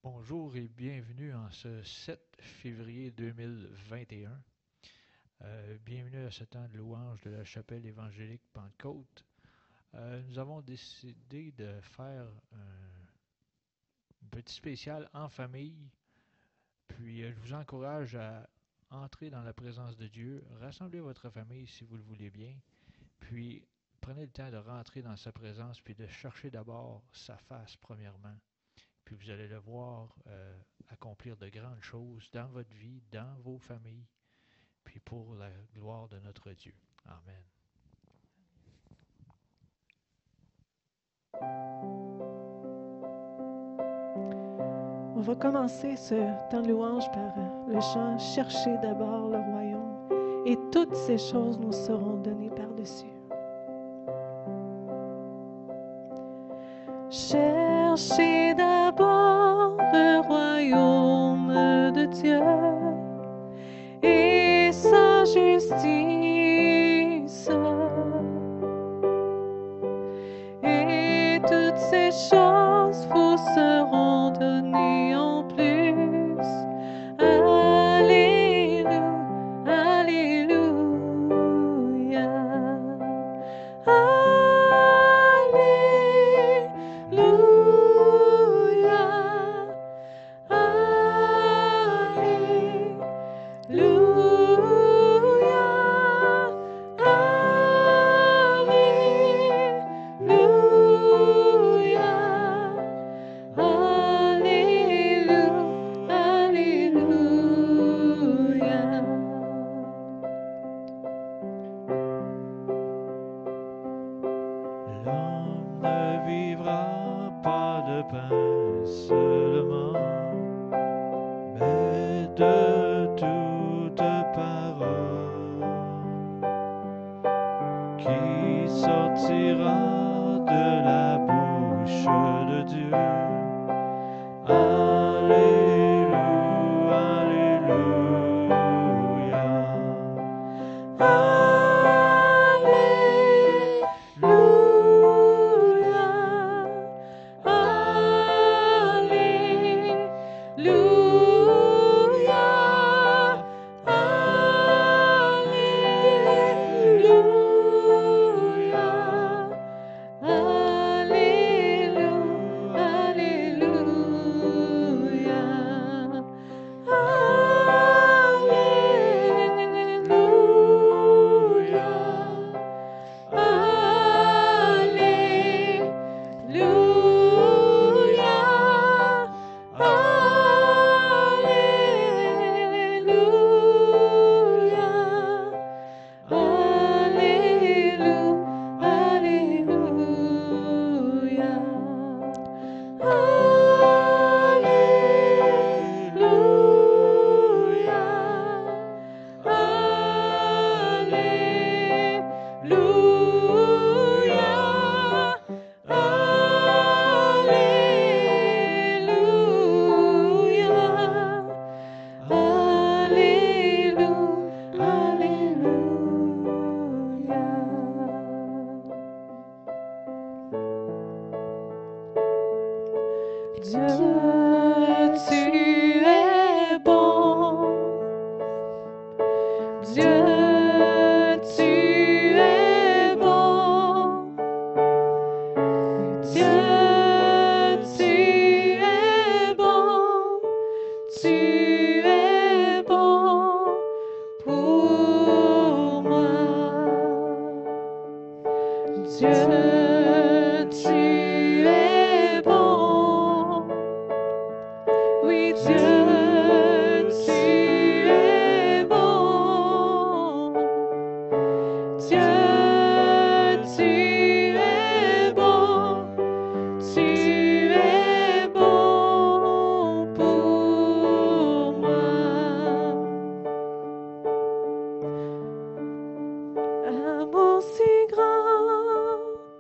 Bonjour et bienvenue en ce 7 février 2021. Bienvenue à ce temps de louange de la chapelle évangélique Pentecôte. Nous avons décidé de faire un petit spécial en famille. Puis je vous encourage à entrer dans la présence de Dieu, rassemblez votre famille si vous le voulez bien. Puis prenez le temps de rentrer dans sa présence puis de chercher d'abord sa face premièrement. Puis vous allez le voir accomplir de grandes choses dans votre vie, dans vos familles, puis pour la gloire de notre Dieu. Amen. On va commencer ce temps de louange par le chant « Cherchez d'abord le royaume et toutes ces choses nous seront données par-dessus. » Cherchez d'abord le royaume de Dieu et sa justice, et toutes ces choses vous seront données en plus. Alléluia, Alléluia, L'homme ne vivra pas de pain seulement, mais de toute parole qui sortira de la bouche de Dieu. Alléluia, Dieu, tu es bon. Dieu, tu es bon. Dieu, tu es bon. Tu es bon pour moi. Dieu, tu es bon. Oui, Dieu, tu es bon. Dieu, tu es bon. Tu es bon pour moi. Amour si grand,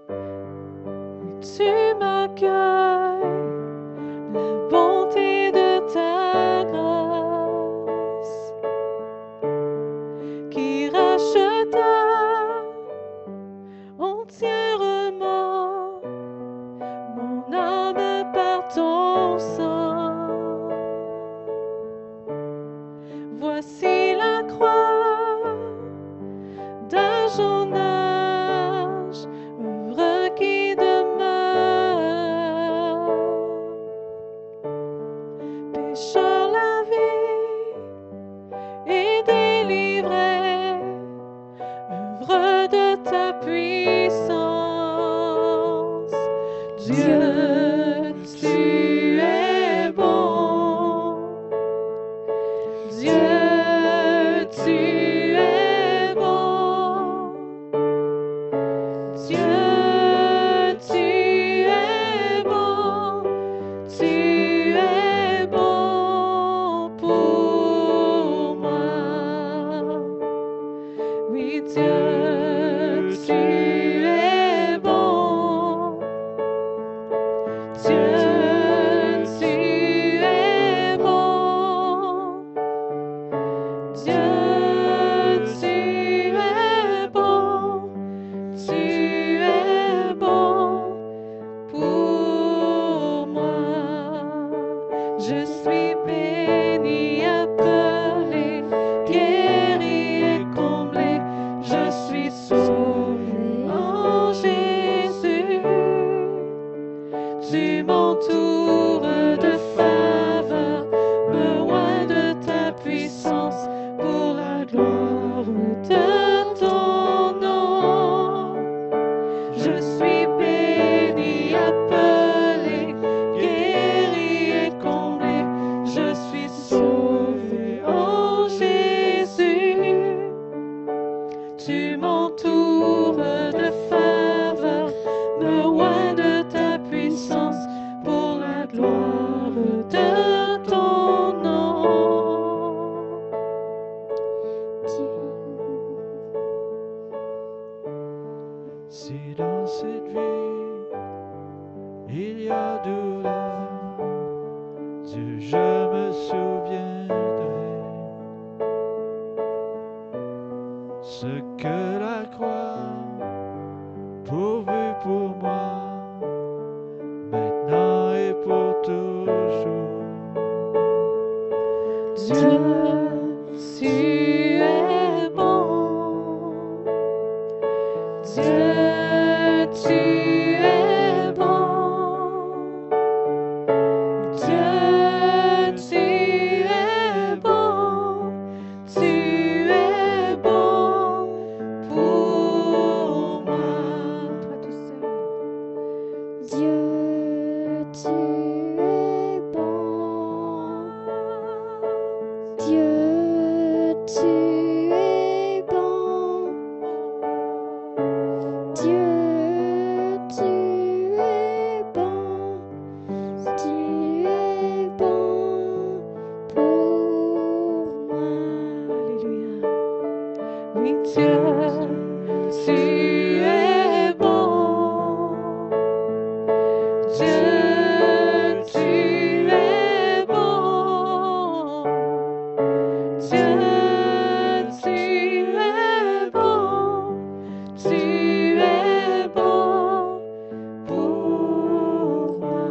tu m'accueilles, la bonté de ta grâce qui racheta entièrement mon âme par ton sang. Dieu, tu es bon. Dieu, tu es bon. Dieu, tu es bon. Tu es bon pour moi. Oui, Dieu, tu es bon. Dieu, tu es bon. Dieu, tu es bon. Tu es bon pour moi. Je suis béni, appelé, guéri et comblé. Je suis sauvé en Jésus. Tu m'entoures de faveur, me oins de ta puissance pour la gloire de ton nom. Je suis béni, appelé, guéri et comblé. Je suis sauvé en Jésus. Tu m'entoures de faveur, me oins de ta puissance pour la gloire de ton nom. Si dans cette vie il y a douleur, Dieu, je me souviendrai ce que la croix pourvu pour moi, maintenant et pour toujours. Dieu, tu es bon. Dieu, tu es bon. Dieu, tu es bon. Tu es bon pour moi. Toi tout seul. Dieu, tu es bon. Dieu, tu es bon. Dieu, tu es bon. Tu es bon pour moi. Alléluia. Oui, Dieu, tu es bon. Dieu, tu es bon. Dieu, tu es bon. Tu es bon pour moi.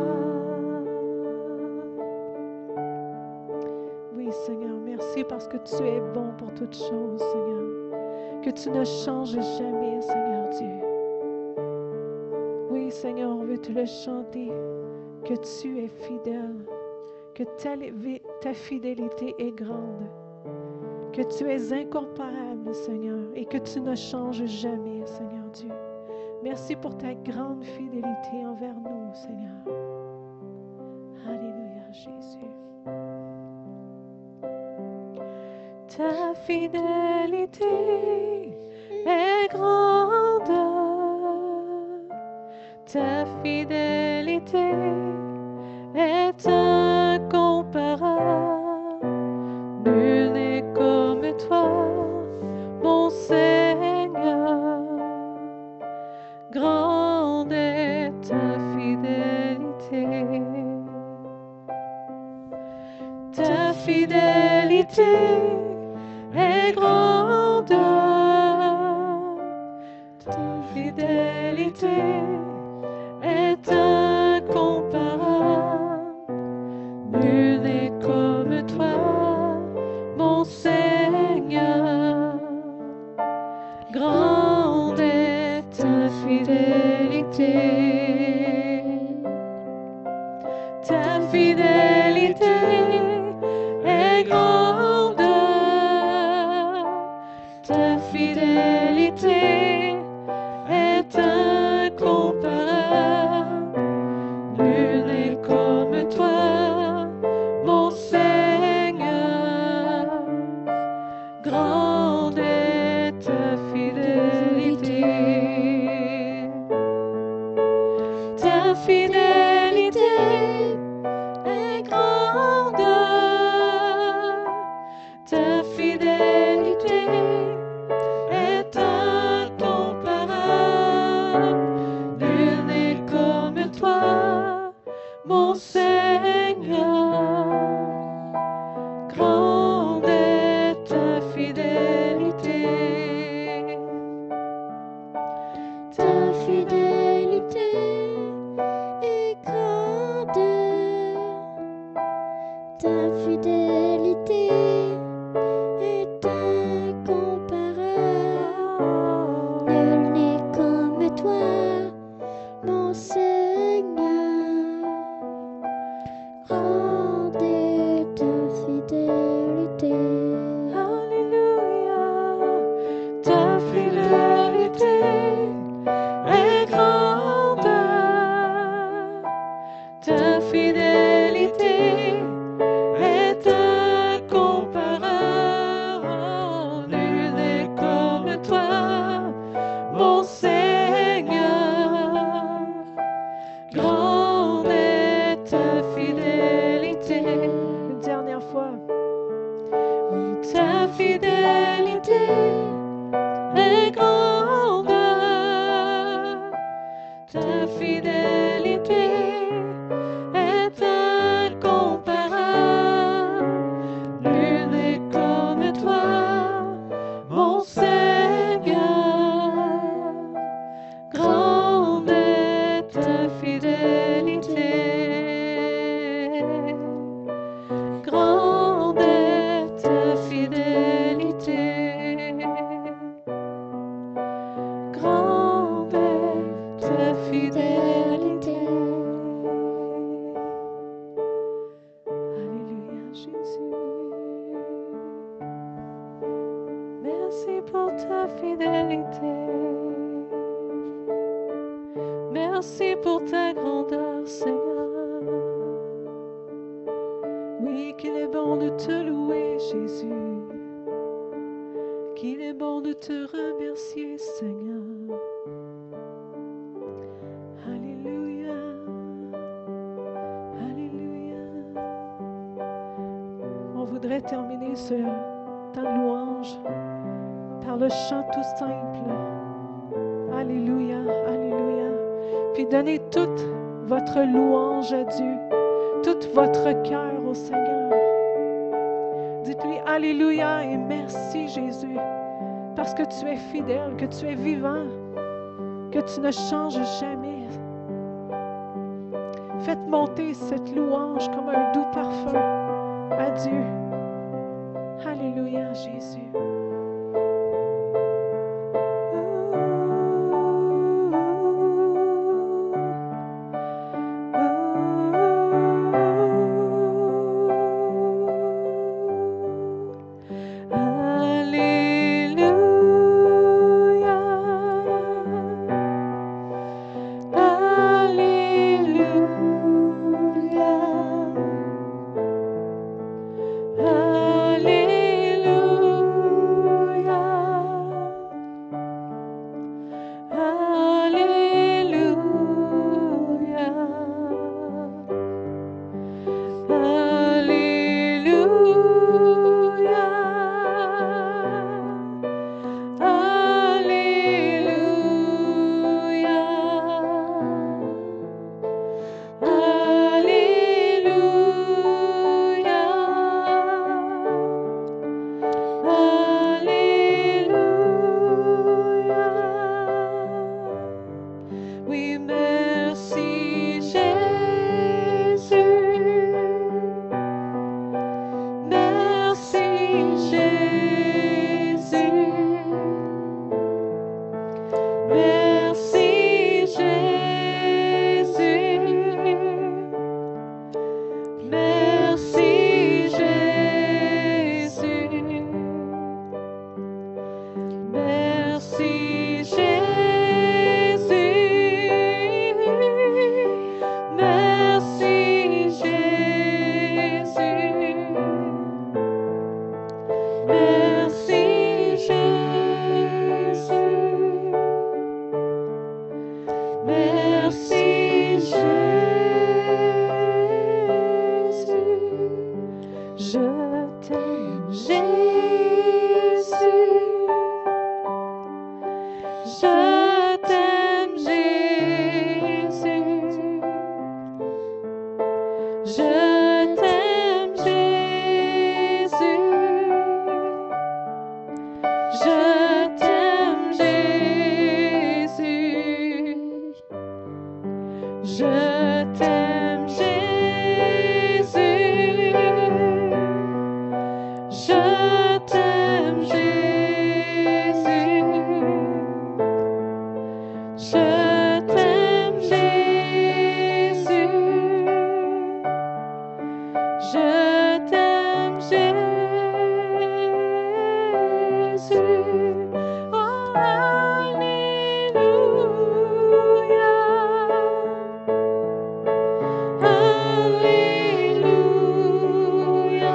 Oui, Seigneur, merci parce que tu es bon pour toutes choses, Seigneur. Que tu ne changes jamais, Seigneur Dieu. Oui, Seigneur, on veut te le chanter, que tu es fidèle, que ta fidélité est grande, que tu es incomparable, Seigneur, et que tu ne changes jamais, Seigneur Dieu. Merci pour ta grande fidélité envers nous, Seigneur. Alléluia, Jésus. Ta fidélité est grande, ta fidélité est incomparable. Nul n'est comme toi, mon Seigneur. Grande est ta fidélité. Ta fidélité est grande, ta fidélité est incomparable. Nul n'est comme toi, mon Seigneur. Grande est ta fidélité. Ta fidélité est grande. fidélité est grande. Ta fidélité est incomparable. Nul n'est comme toi, mon Seigneur. Grande est ta fidélité. Ta fidélité est grande. Ta fidélité est incomparable. Nul n'est comme toi, mon Seigneur. Grande est ta fidélité. Alléluia. Ta fidélité est grande. Ta fidélité est incomparable. Nul n'est comme toi, mon Seigneur. Grande est ta fidélité. Une dernière fois. Ta fidélité est grande. Ta fidélité est incomparable. Nul n'est comme toi, mon Seigneur. Grande est ta fidélité. Grande est ta fidélité. Grande est ta fidélité. Alléluia, Jésus. Merci pour ta fidélité. Merci pour ta grandeur, Seigneur. Oui, qu'il est bon de te louer, Jésus. Qu'il est bon de te remercier, Seigneur. Alléluia. Alléluia. On voudrait terminer ce temps de louange par le chant tout simple. Alléluia, alléluia. Puis donnez toute votre louange à Dieu, tout votre cœur au Seigneur. Dites-lui alléluia et merci Jésus, parce que tu es fidèle, que tu es vivant, que tu ne changes jamais. Faites monter cette louange comme un doux parfum à Dieu. Alléluia Jésus. Alléluia. Je t'aime, Jésus. Je t'aime, Jésus. Je t'aime, Jésus. Je t'aime, Jésus. Oh, Alléluia. Alléluia.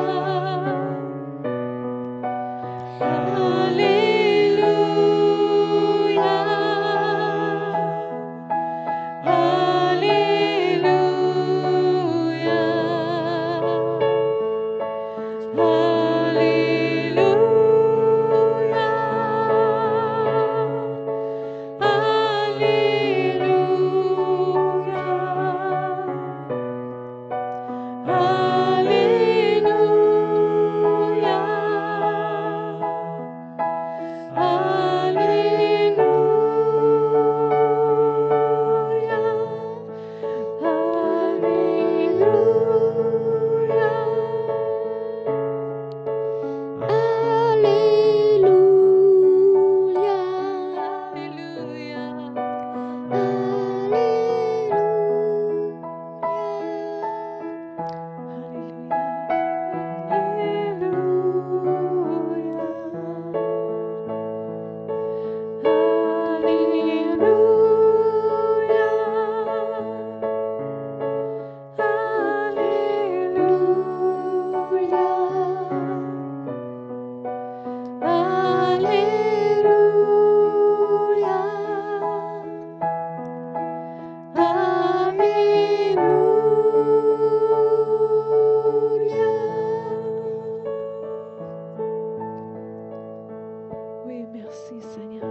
Oui, merci Seigneur.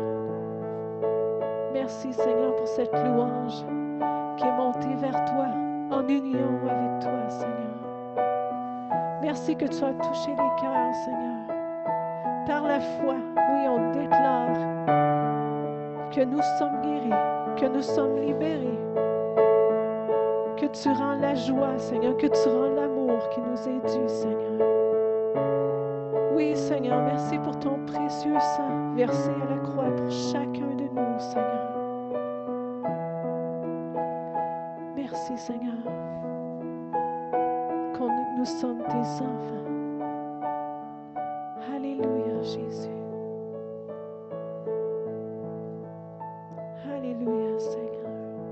Merci Seigneur pour cette louange qui est montée vers toi, en union avec toi Seigneur. Merci que tu as touché les cœurs Seigneur. Par la foi, oui, on déclare que nous sommes guéris, que nous sommes libérés, que tu rends la joie Seigneur, que tu rends l'amour qui nous est dû Seigneur. Oui Seigneur, merci pour ton précieux sang versé à la croix pour chacun de nous Seigneur. Merci Seigneur, nous sommes tes enfants. Alléluia Jésus. Alléluia Seigneur.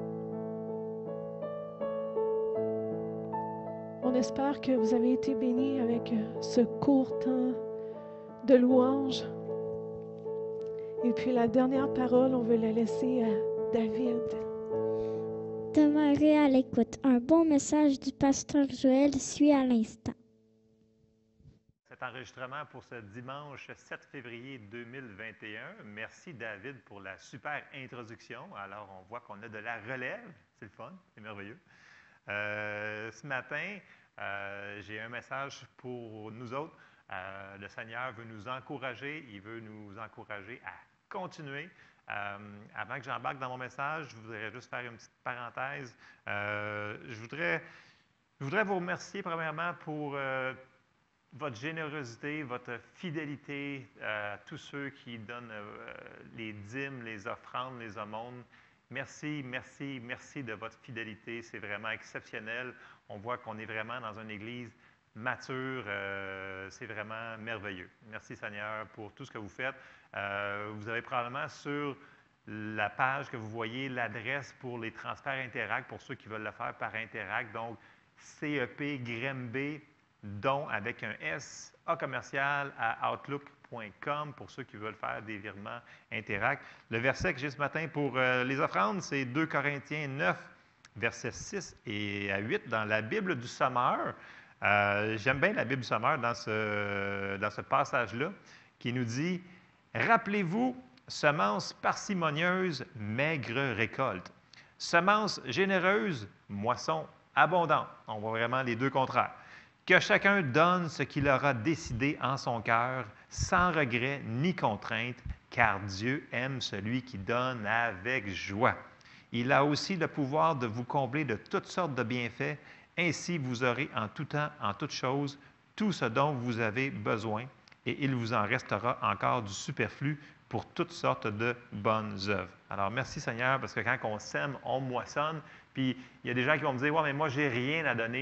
On espère que vous avez été bénis avec ce court temps de louange. Et puis la dernière parole, on veut la laisser à David. Demeurez à l'écoute. Un bon message du pasteur Joël suit à l'instant. Cet enregistrement pour ce dimanche 7 février 2021. Merci David pour la super introduction. Alors on voit qu'on a de la relève. C'est le fun, c'est merveilleux. Ce matin, j'ai un message pour nous autres. Le Seigneur veut nous encourager. Il veut nous encourager à continuer. Avant que j'embarque dans mon message, je voudrais juste faire une petite parenthèse. Je voudrais vous remercier premièrement pour votre générosité, votre fidélité à tous ceux qui donnent les dîmes, les offrandes, les aumônes. Merci, merci, merci de votre fidélité. C'est vraiment exceptionnel. On voit qu'on est vraiment dans une église mature. C'est vraiment merveilleux. Merci Seigneur pour tout ce que vous faites. Vous avez probablement sur la page que vous voyez l'adresse pour les transferts Interact pour ceux qui veulent le faire par Interact. Donc, CEP Grimby, don avec un S, A commercial à outlook.com pour ceux qui veulent faire des virements Interact. Le verset que j'ai ce matin pour les offrandes, c'est 2 Corinthiens 9, versets 6 et à 8 dans la Bible du Sommeur. J'aime bien la Bible du Sommeur dans ce passage-là qui nous dit « Rappelez-vous, semence parcimonieuse, maigre récolte. Semence généreuse, moisson abondante. » On voit vraiment les deux contraires. « Que chacun donne ce qu'il aura décidé en son cœur, sans regret ni contrainte, car Dieu aime celui qui donne avec joie. » Il a aussi le pouvoir de vous combler de toutes sortes de bienfaits. Ainsi, vous aurez en tout temps, en toutes choses, tout ce dont vous avez besoin, et il vous en restera encore du superflu pour toutes sortes de bonnes œuvres. Alors, merci Seigneur, parce que quand on sème, on moissonne. Puis, il y a des gens qui vont me dire, « Ouais, mais moi, je n'ai rien à donner. »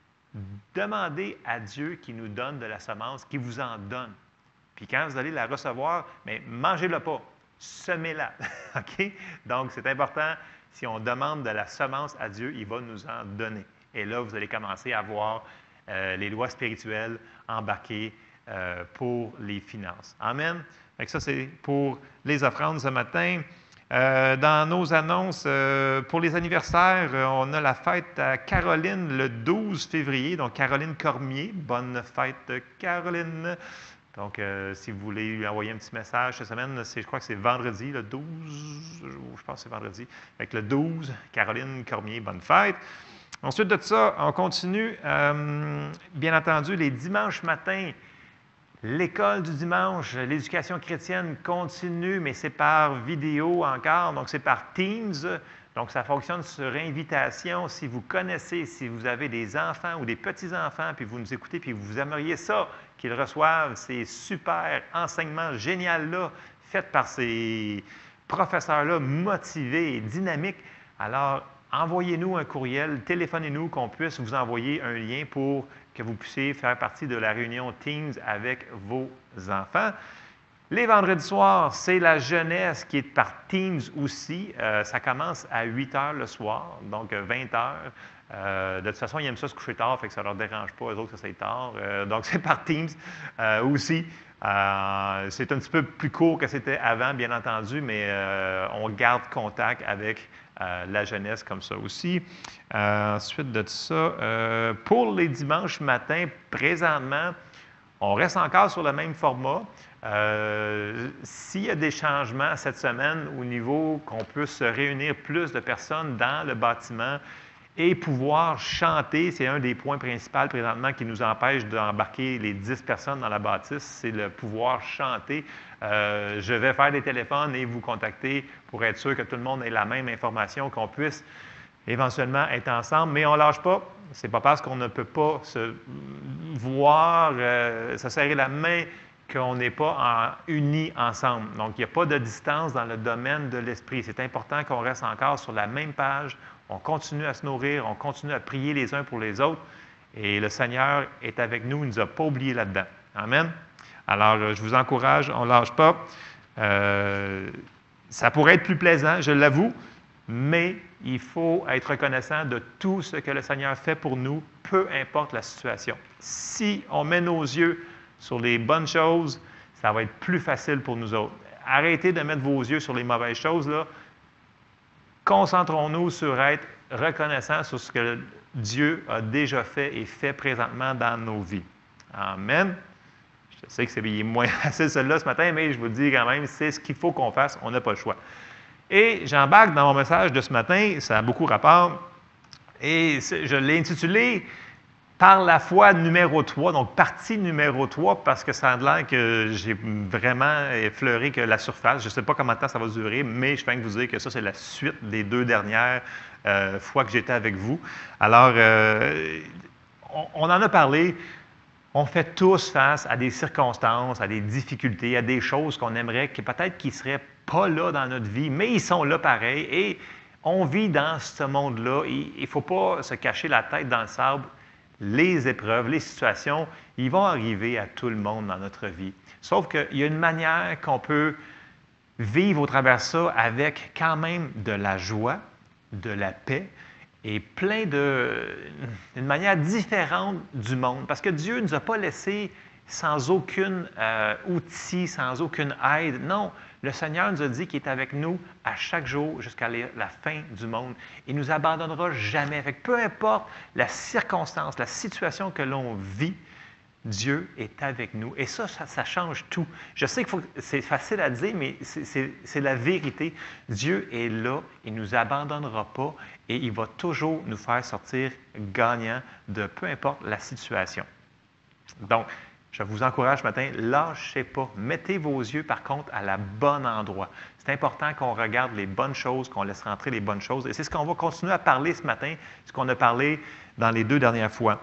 Demandez à Dieu qui nous donne de la semence, qui vous en donne. Puis quand vous allez la recevoir, mais mangez-la pas, semez-la. OK? Donc, c'est important, si on demande de la semence à Dieu, il va nous en donner. Et là, vous allez commencer à voir les lois spirituelles embarquées pour les finances. Amen? Donc ça, c'est pour les offrandes ce matin. Dans nos annonces, pour les anniversaires, on a la fête à Caroline le 12 février. Donc, Caroline Cormier, bonne fête Caroline. Donc, si vous voulez lui envoyer un petit message cette semaine, je crois que c'est vendredi, le 12, je pense que c'est vendredi. Avec le 12, Caroline Cormier, bonne fête. Ensuite de ça, on continue, bien entendu, les dimanches matins. L'école du dimanche, l'éducation chrétienne continue, mais c'est par vidéo encore, donc c'est par Teams. Donc, ça fonctionne sur invitation. Si vous connaissez, si vous avez des enfants ou des petits-enfants, puis vous nous écoutez, puis vous aimeriez ça, qu'ils reçoivent ces super enseignements géniaux-là, faits par ces professeurs-là motivés et dynamiques, alors envoyez-nous un courriel, téléphonez-nous qu'on puisse vous envoyer un lien pour que vous puissiez faire partie de la réunion Teams avec vos enfants. Les vendredis soirs, c'est la jeunesse qui est par Teams aussi. Ça commence à 8 heures le soir, donc 20 heures. De toute façon, ils aiment ça se coucher tard, fait que ça ne leur dérange pas, eux autres, que c'est tard. Donc, c'est par Teams aussi. C'est un petit peu plus court que c'était avant, bien entendu, mais on garde contact avec la jeunesse comme ça aussi. Ensuite de ça, pour les dimanches matins, présentement, on reste encore sur le même format. S'il y a des changements cette semaine au niveau qu'on puisse réunir plus de personnes dans le bâtiment et pouvoir chanter, c'est un des points principaux présentement qui nous empêche d'embarquer les 10 personnes dans la bâtisse, c'est le pouvoir chanter. Je vais faire des téléphones et vous contacter pour être sûr que tout le monde ait la même information, qu'on puisse éventuellement être ensemble, mais on ne lâche pas. Ce n'est pas parce qu'on ne peut pas se voir, se serrer la main, qu'on n'est pas unis ensemble. Donc, il n'y a pas de distance dans le domaine de l'esprit. C'est important qu'on reste encore sur la même page. On continue à se nourrir, on continue à prier les uns pour les autres. Et le Seigneur est avec nous, il ne nous a pas oubliés là-dedans. Amen. Alors, je vous encourage, on ne lâche pas. Ça pourrait être plus plaisant, je l'avoue, mais il faut être reconnaissant de tout ce que le Seigneur fait pour nous, peu importe la situation. Si on met nos yeux sur les bonnes choses, ça va être plus facile pour nous autres. Arrêtez de mettre vos yeux sur les mauvaises choses, là. Concentrons-nous sur être reconnaissants sur ce que Dieu a déjà fait et fait présentement dans nos vies. Amen. Je sais que c'est moins facile celle-là ce matin, mais je vous le dis quand même, c'est ce qu'il faut qu'on fasse, on n'a pas le choix. Et j'embarque dans mon message de ce matin, ça a beaucoup rapport, et je l'ai intitulé « Par la foi numéro 3 », donc partie numéro 3, parce que ça a l'air que j'ai vraiment effleuré que la surface. Je ne sais pas combien de temps ça va durer, mais je viens de vous dire que ça, c'est la suite des 2 dernières fois que j'étais avec vous. Alors, on en a parlé. On fait tous face à des circonstances, à des difficultés, à des choses qu'on aimerait, qui peut-être qu'ils ne seraient pas là dans notre vie, mais ils sont là pareil. Et on vit dans ce monde-là. Il ne faut pas se cacher la tête dans le sable. Les épreuves, les situations, ils vont arriver à tout le monde dans notre vie. Sauf qu'il y a une manière qu'on peut vivre au travers de ça avec quand même de la joie, de la paix et d'une manière différente du monde. Parce que Dieu ne nous a pas laissés sans aucun outil, sans aucune aide. Non, le Seigneur nous a dit qu'il est avec nous à chaque jour jusqu'à la fin du monde. Il ne nous abandonnera jamais. Fait que peu importe la circonstance, la situation que l'on vit, Dieu est avec nous. Et ça change tout. Je sais que c'est facile à dire, mais c'est la vérité. Dieu est là, il ne nous abandonnera pas et il va toujours nous faire sortir gagnants de peu importe la situation. Donc, je vous encourage ce matin, lâchez pas. Mettez vos yeux, par contre, à la bonne endroit. C'est important qu'on regarde les bonnes choses, qu'on laisse rentrer les bonnes choses. Et c'est ce qu'on va continuer à parler ce matin, ce qu'on a parlé dans les 2 dernières fois.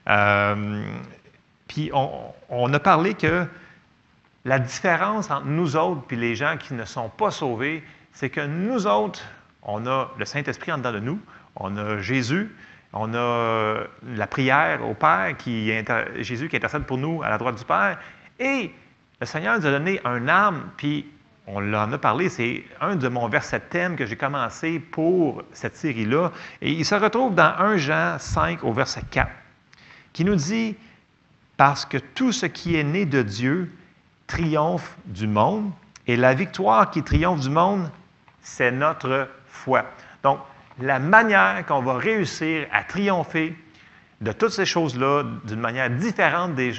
Puis on a parlé que la différence entre nous autres et les gens qui ne sont pas sauvés, c'est que nous autres, on a le Saint-Esprit en dedans de nous, on a Jésus, on a la prière au Père, Jésus qui intercède pour nous à la droite du Père, et le Seigneur nous a donné un arme, puis on en a parlé, c'est un de mon verset thème que j'ai commencé pour cette série-là, et il se retrouve dans 1 Jean 5 au verset 4, qui nous dit « Parce que tout ce qui est né de Dieu triomphe du monde, et la victoire qui triomphe du monde, c'est notre foi. » Donc, la manière qu'on va réussir à triompher de toutes ces choses-là d'une manière différente des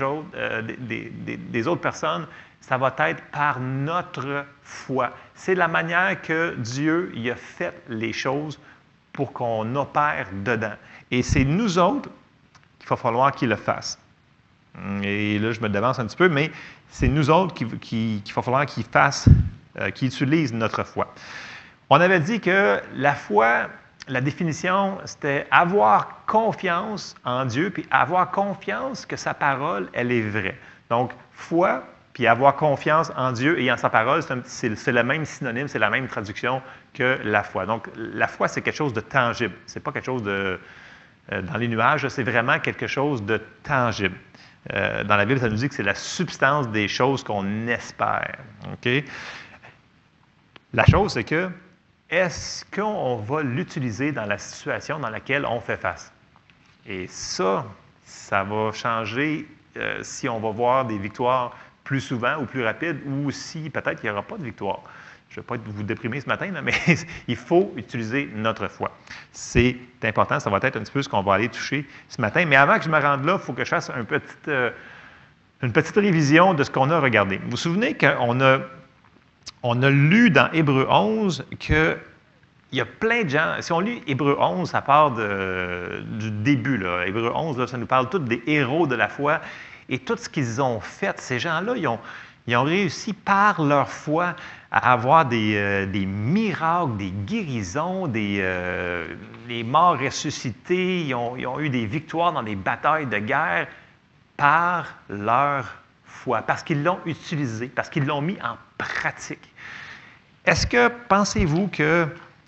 autres personnes, ça va être par notre foi. C'est la manière que Dieu y a fait les choses pour qu'on opère dedans. Et c'est nous autres qu'il va falloir qu'il le fasse. Et là, je me devance un petit peu, mais c'est nous autres qu'il va falloir qu'il utilise notre foi. On avait dit que la foi, la définition, c'était avoir confiance en Dieu, puis avoir confiance que sa parole, elle est vraie. Donc, foi, puis avoir confiance en Dieu et en sa parole, c'est le même synonyme, c'est la même traduction que la foi. Donc, la foi, c'est quelque chose de tangible. Ce n'est pas quelque chose dans les nuages, c'est vraiment quelque chose de tangible. Dans la Bible, ça nous dit que c'est la substance des choses qu'on espère. Okay? La chose, c'est que, est-ce qu'on va l'utiliser dans la situation dans laquelle on fait face? Et ça va changer si on va voir des victoires plus souvent ou plus rapides, ou si peut-être qu'il n'y aura pas de victoire. Je ne vais pas vous déprimer ce matin, là, mais il faut utiliser notre foi. C'est important, ça va être un petit peu ce qu'on va aller toucher ce matin. Mais avant que je me rende là, il faut que je fasse une petite révision de ce qu'on a regardé. Vous vous souvenez qu'on a lu dans Hébreux 11 qu'il y a plein de gens, si on lit Hébreux 11, ça part du début. Là. Hébreux 11, là, ça nous parle tous des héros de la foi. Et tout ce qu'ils ont fait, ces gens-là, ils ont réussi par leur foi à avoir des miracles, des guérisons, des morts ressuscités. Ils ont eu des victoires dans des batailles de guerre par leur foi, parce qu'ils l'ont utilisé, parce qu'ils l'ont mis en pratique. Est-ce que, pensez-vous que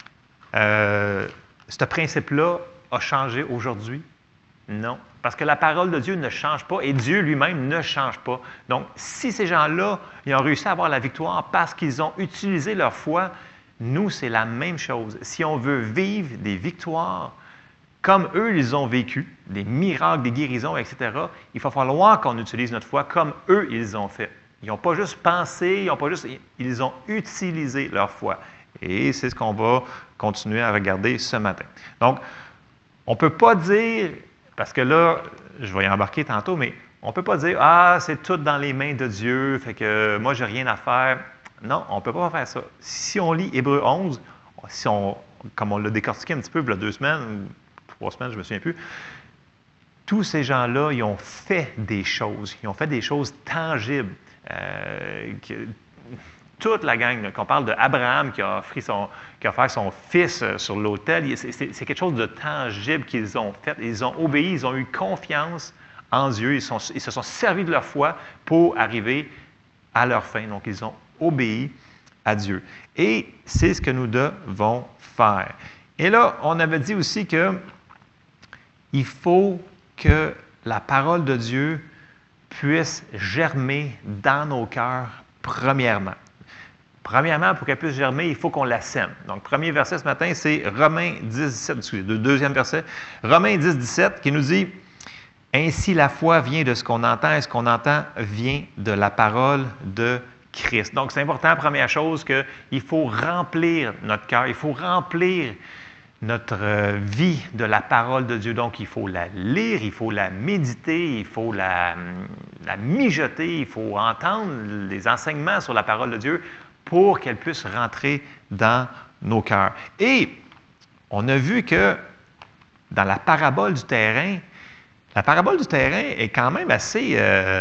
ce principe-là a changé aujourd'hui? Non. Parce que la parole de Dieu ne change pas et Dieu lui-même ne change pas. Donc, si ces gens-là, ils ont réussi à avoir la victoire parce qu'ils ont utilisé leur foi, nous, c'est la même chose. Si on veut vivre des victoires comme eux, ils ont vécu, des miracles, des guérisons, etc., il va falloir qu'on utilise notre foi comme eux, ils ont fait. Ils n'ont pas juste pensé, ils ont utilisé leur foi. Et c'est ce qu'on va continuer à regarder ce matin. Donc, on ne peut pas dire... Parce que là, je vais y embarquer tantôt, mais on ne peut pas dire « Ah, c'est tout dans les mains de Dieu, fait que moi, je n'ai rien à faire. » Non, on ne peut pas faire ça. Si on lit Hébreux 11, comme on l'a décortiqué un petit peu il y a 2 semaines, ou 3 semaines, je ne me souviens plus, tous ces gens-là, ils ont fait des choses. Ils ont fait des choses tangibles. Toute la gang, qu'on parle d'Abraham qui a offert son fils sur l'autel, c'est quelque chose de tangible qu'ils ont fait. Ils ont obéi, ils ont eu confiance en Dieu, ils se sont servis de leur foi pour arriver à leur fin. Donc, ils ont obéi à Dieu. Et c'est ce que nous devons faire. Et là, on avait dit aussi qu'il faut que la parole de Dieu puisse germer dans nos cœurs, premièrement. Premièrement, pour qu'elle puisse germer, il faut qu'on la sème. Donc, premier verset ce matin, c'est Romains 10, 17, excusez, le deuxième verset, Romains 10, 17, qui nous dit « Ainsi la foi vient de ce qu'on entend, et ce qu'on entend vient de la parole de Christ. » Donc, c'est important, première chose, qu'il faut remplir notre cœur, il faut remplir notre vie de la parole de Dieu. Donc, il faut la lire, il faut la méditer, il faut la mijoter, il faut entendre les enseignements sur la parole de Dieu pour qu'elle puisse rentrer dans nos cœurs. Et on a vu que dans la parabole du terrain, La parabole du terrain est quand même assez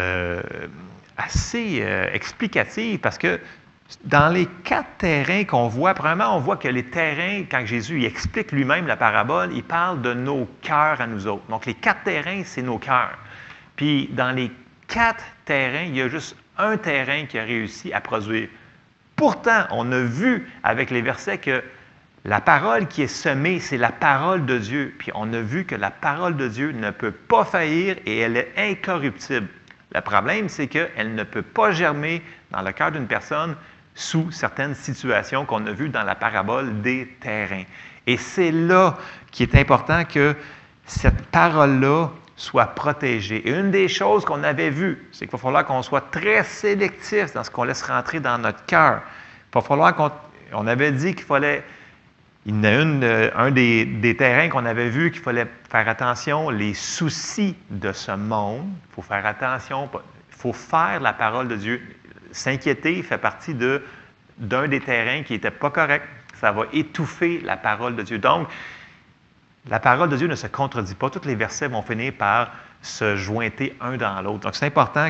explicative parce que dans les 4 terrains qu'on voit, premièrement, on voit que les terrains, quand Jésus il explique lui-même la parabole, il parle de nos cœurs à nous autres. Donc, les 4 terrains, c'est nos cœurs. Puis, dans les 4 terrains, il y a juste un terrain qui a réussi à produire. Pourtant, on a vu avec les versets que la parole qui est semée, c'est la parole de Dieu. Puis, on a vu que la parole de Dieu ne peut pas faillir et elle est incorruptible. Le problème, c'est qu'elle ne peut pas germer dans le cœur d'une personne sous certaines situations qu'on a vues dans la parabole des terrains. Et c'est là qu'il est important que cette parole-là soit protégée. Et une des choses qu'on avait vues, c'est qu'il va falloir qu'on soit très sélectif dans ce qu'on laisse rentrer dans notre cœur. Il va falloir on avait dit qu'il fallait... Il y en a un des terrains qu'on avait vu qu'il fallait faire attention, les soucis de ce monde. Il faut faire attention, il faut faire la parole de Dieu. S'inquiéter fait partie d'un des terrains qui n'était pas correct. Ça va étouffer la parole de Dieu. Donc, la parole de Dieu ne se contredit pas. Tous les versets vont finir par se jointer un dans l'autre. Donc, c'est important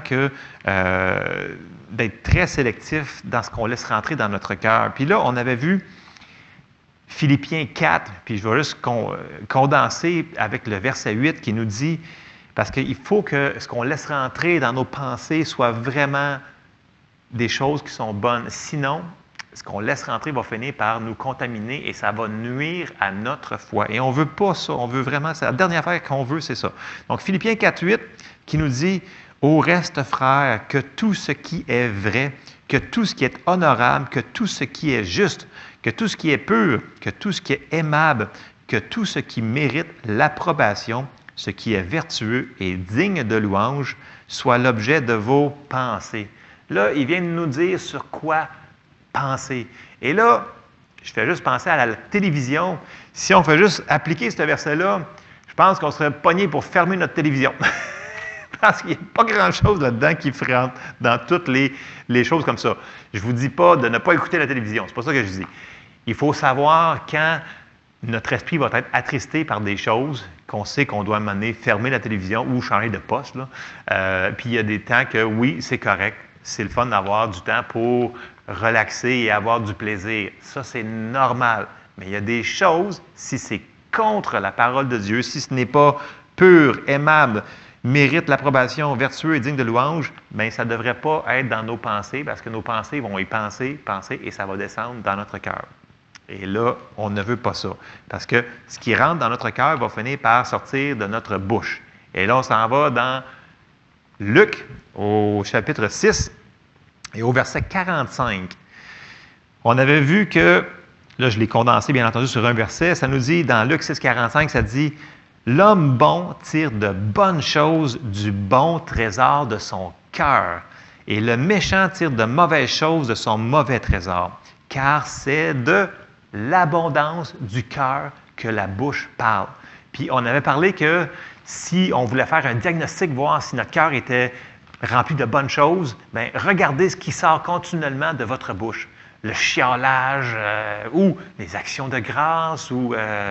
d'être très sélectif dans ce qu'on laisse rentrer dans notre cœur. Puis là, on avait vu Philippiens 4, puis je vais juste condenser avec le verset 8 qui nous dit, parce qu'il faut que ce qu'on laisse rentrer dans nos pensées soit vraiment des choses qui sont bonnes. Sinon, ce qu'on laisse rentrer va finir par nous contaminer et ça va nuire à notre foi. Et on ne veut pas ça, on veut vraiment, c'est la dernière affaire qu'on veut, c'est ça. Donc, Philippiens 4, 8, qui nous dit, « Au reste, frères, que tout ce qui est vrai, que tout ce qui est honorable, que tout ce qui est juste, que tout ce qui est pur, que tout ce qui est aimable, que tout ce qui mérite l'approbation, ce qui est vertueux et digne de louange, soit l'objet de vos pensées. » Là, il vient de nous dire sur quoi penser. Et là, je fais juste penser à la télévision. Si on fait juste appliquer ce verset-là, je pense qu'on serait pogné pour fermer notre télévision. Parce qu'il n'y a pas grand-chose là-dedans qui rentre dans toutes les choses comme ça. Je ne vous dis pas de ne pas écouter la télévision. C'est pas ça que je dis. Il faut savoir quand notre esprit va être attristé par des choses qu'on sait qu'on doit mener, fermer la télévision ou changer de poste. Puis il y a des temps que oui, c'est correct. C'est le fun d'avoir du temps pour relaxer et avoir du plaisir. Ça, c'est normal. Mais il y a des choses, si c'est contre la parole de Dieu, si ce n'est pas pur, aimable, mérite l'approbation, vertueux et digne de louange, bien, ça ne devrait pas être dans nos pensées parce que nos pensées vont y penser et ça va descendre dans notre cœur. Et là, on ne veut pas ça. Parce que ce qui rentre dans notre cœur va finir par sortir de notre bouche. Et là, on s'en va dans Luc, au chapitre 6 et au verset 45. On avait vu que, là, je l'ai condensé, bien entendu, sur un verset. Ça nous dit, dans Luc 6, 45, ça dit « L'homme bon tire de bonnes choses du bon trésor de son cœur, et le méchant tire de mauvaises choses de son mauvais trésor, car c'est de l'abondance du cœur que la bouche parle. » Puis on avait parlé que si on voulait faire un diagnostic, voir si notre cœur était rempli de bonnes choses, bien, regardez ce qui sort continuellement de votre bouche. Le chiolage ou les actions de grâce ou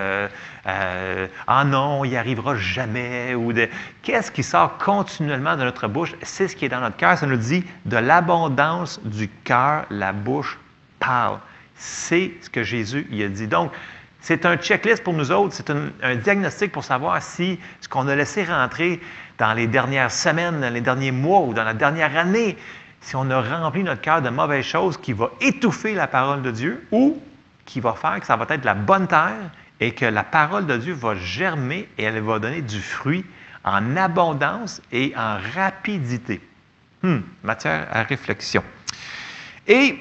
« Ah non, il n'y arrivera jamais » ou qu'est-ce qui sort continuellement de notre bouche? C'est ce qui est dans notre cœur. Ça nous dit « De l'abondance du cœur, la bouche parle ». C'est ce que Jésus y a dit. Donc, c'est un checklist pour nous autres, c'est un diagnostic pour savoir si ce qu'on a laissé rentrer dans les dernières semaines, dans les derniers mois ou dans la dernière année, si on a rempli notre cœur de mauvaises choses qui va étouffer la parole de Dieu ou qui va faire que ça va être de la bonne terre et que la parole de Dieu va germer et elle va donner du fruit en abondance et en rapidité. Matière à réflexion. Et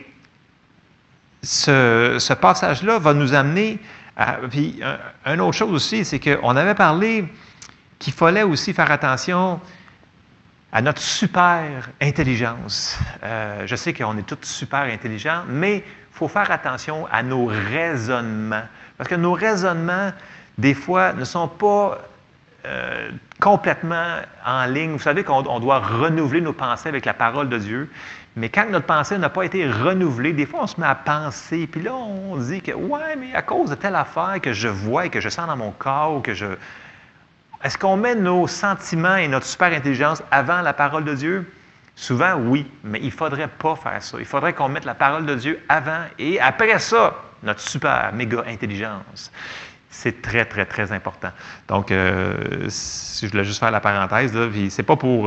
ce passage-là va nous amener à... Puis, une autre chose aussi, c'est qu'on avait parlé qu'il fallait aussi faire attention à notre super intelligence. Je sais qu'on est tous super intelligents, mais il faut faire attention à nos raisonnements. Parce que nos raisonnements, des fois, ne sont pas complètement en ligne. Vous savez qu'on doit renouveler nos pensées avec la parole de Dieu. Mais quand notre pensée n'a pas été renouvelée, des fois, on se met à penser, puis là, on dit que, ouais, mais à cause de telle affaire que je vois et que je sens dans mon corps, ou que je... Est-ce qu'on met nos sentiments et notre super intelligence avant la parole de Dieu? Souvent, oui, mais il ne faudrait pas faire ça. Il faudrait qu'on mette la parole de Dieu avant et après ça, notre super, méga intelligence. C'est très, très, très important. Donc, si je voulais juste faire la parenthèse, là, c'est pas pour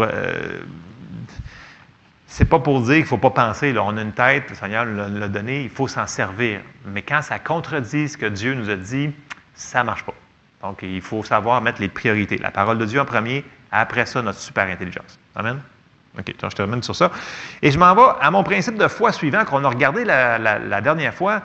dire qu'il ne faut pas penser. Là, on a une tête, le Seigneur nous l'a donné, il faut s'en servir. Mais quand ça contredit ce que Dieu nous a dit, ça ne marche pas. Donc, il faut savoir mettre les priorités. La parole de Dieu en premier, après ça, notre super intelligence. Amen? OK, je termine sur ça. Et je m'en vais à mon principe de foi suivant qu'on a regardé la dernière fois.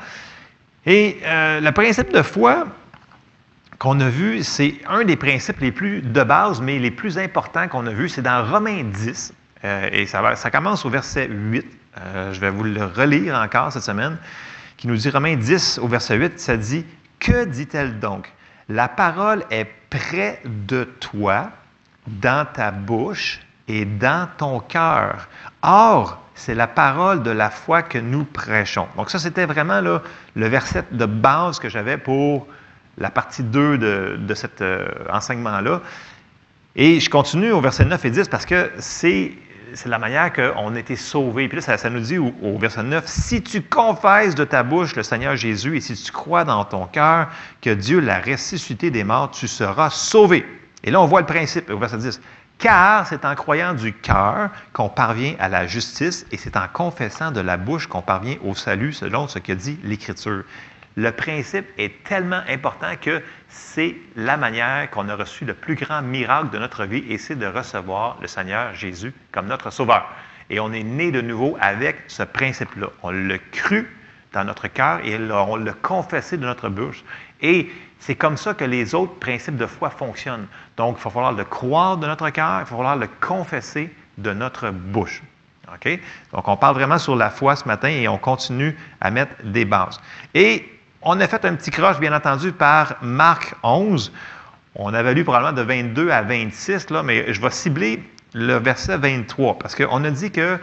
Et le principe de foi qu'on a vu, c'est un des principes les plus de base, mais les plus importants qu'on a vu. C'est dans Romains 10. Et ça commence au verset 8. Je vais vous le relire encore cette semaine. Qui nous dit, Romains 10 au verset 8, ça dit, « Que dit-elle donc? La parole est près de toi, dans ta bouche et dans ton cœur. Or, c'est la parole de la foi que nous prêchons. » Donc ça, c'était vraiment là, le verset de base que j'avais pour la partie 2 de cet enseignement-là. Et je continue au verset 9 et 10 parce que c'est la manière qu'on a été sauvés. Puis là, ça nous dit au verset 9, « Si tu confesses de ta bouche le Seigneur Jésus et si tu crois dans ton cœur que Dieu l'a ressuscité des morts, tu seras sauvé. » Et là, on voit le principe au verset 10. « Car c'est en croyant du cœur qu'on parvient à la justice et c'est en confessant de la bouche qu'on parvient au salut selon ce que dit l'Écriture. » Le principe est tellement important que c'est la manière qu'on a reçu le plus grand miracle de notre vie et c'est de recevoir le Seigneur Jésus comme notre Sauveur. Et on est né de nouveau avec ce principe-là. On l'a cru dans notre cœur et on l'a confessé de notre bouche. Et c'est comme ça que les autres principes de foi fonctionnent. Donc, il va falloir le croire de notre cœur, il va falloir le confesser de notre bouche. OK? Donc, on parle vraiment sur la foi ce matin et on continue à mettre des bases. Et on a fait un petit croche, bien entendu, par Marc 11. On avait lu probablement de 22 à 26, là, mais je vais cibler le verset 23, parce qu'on a dit que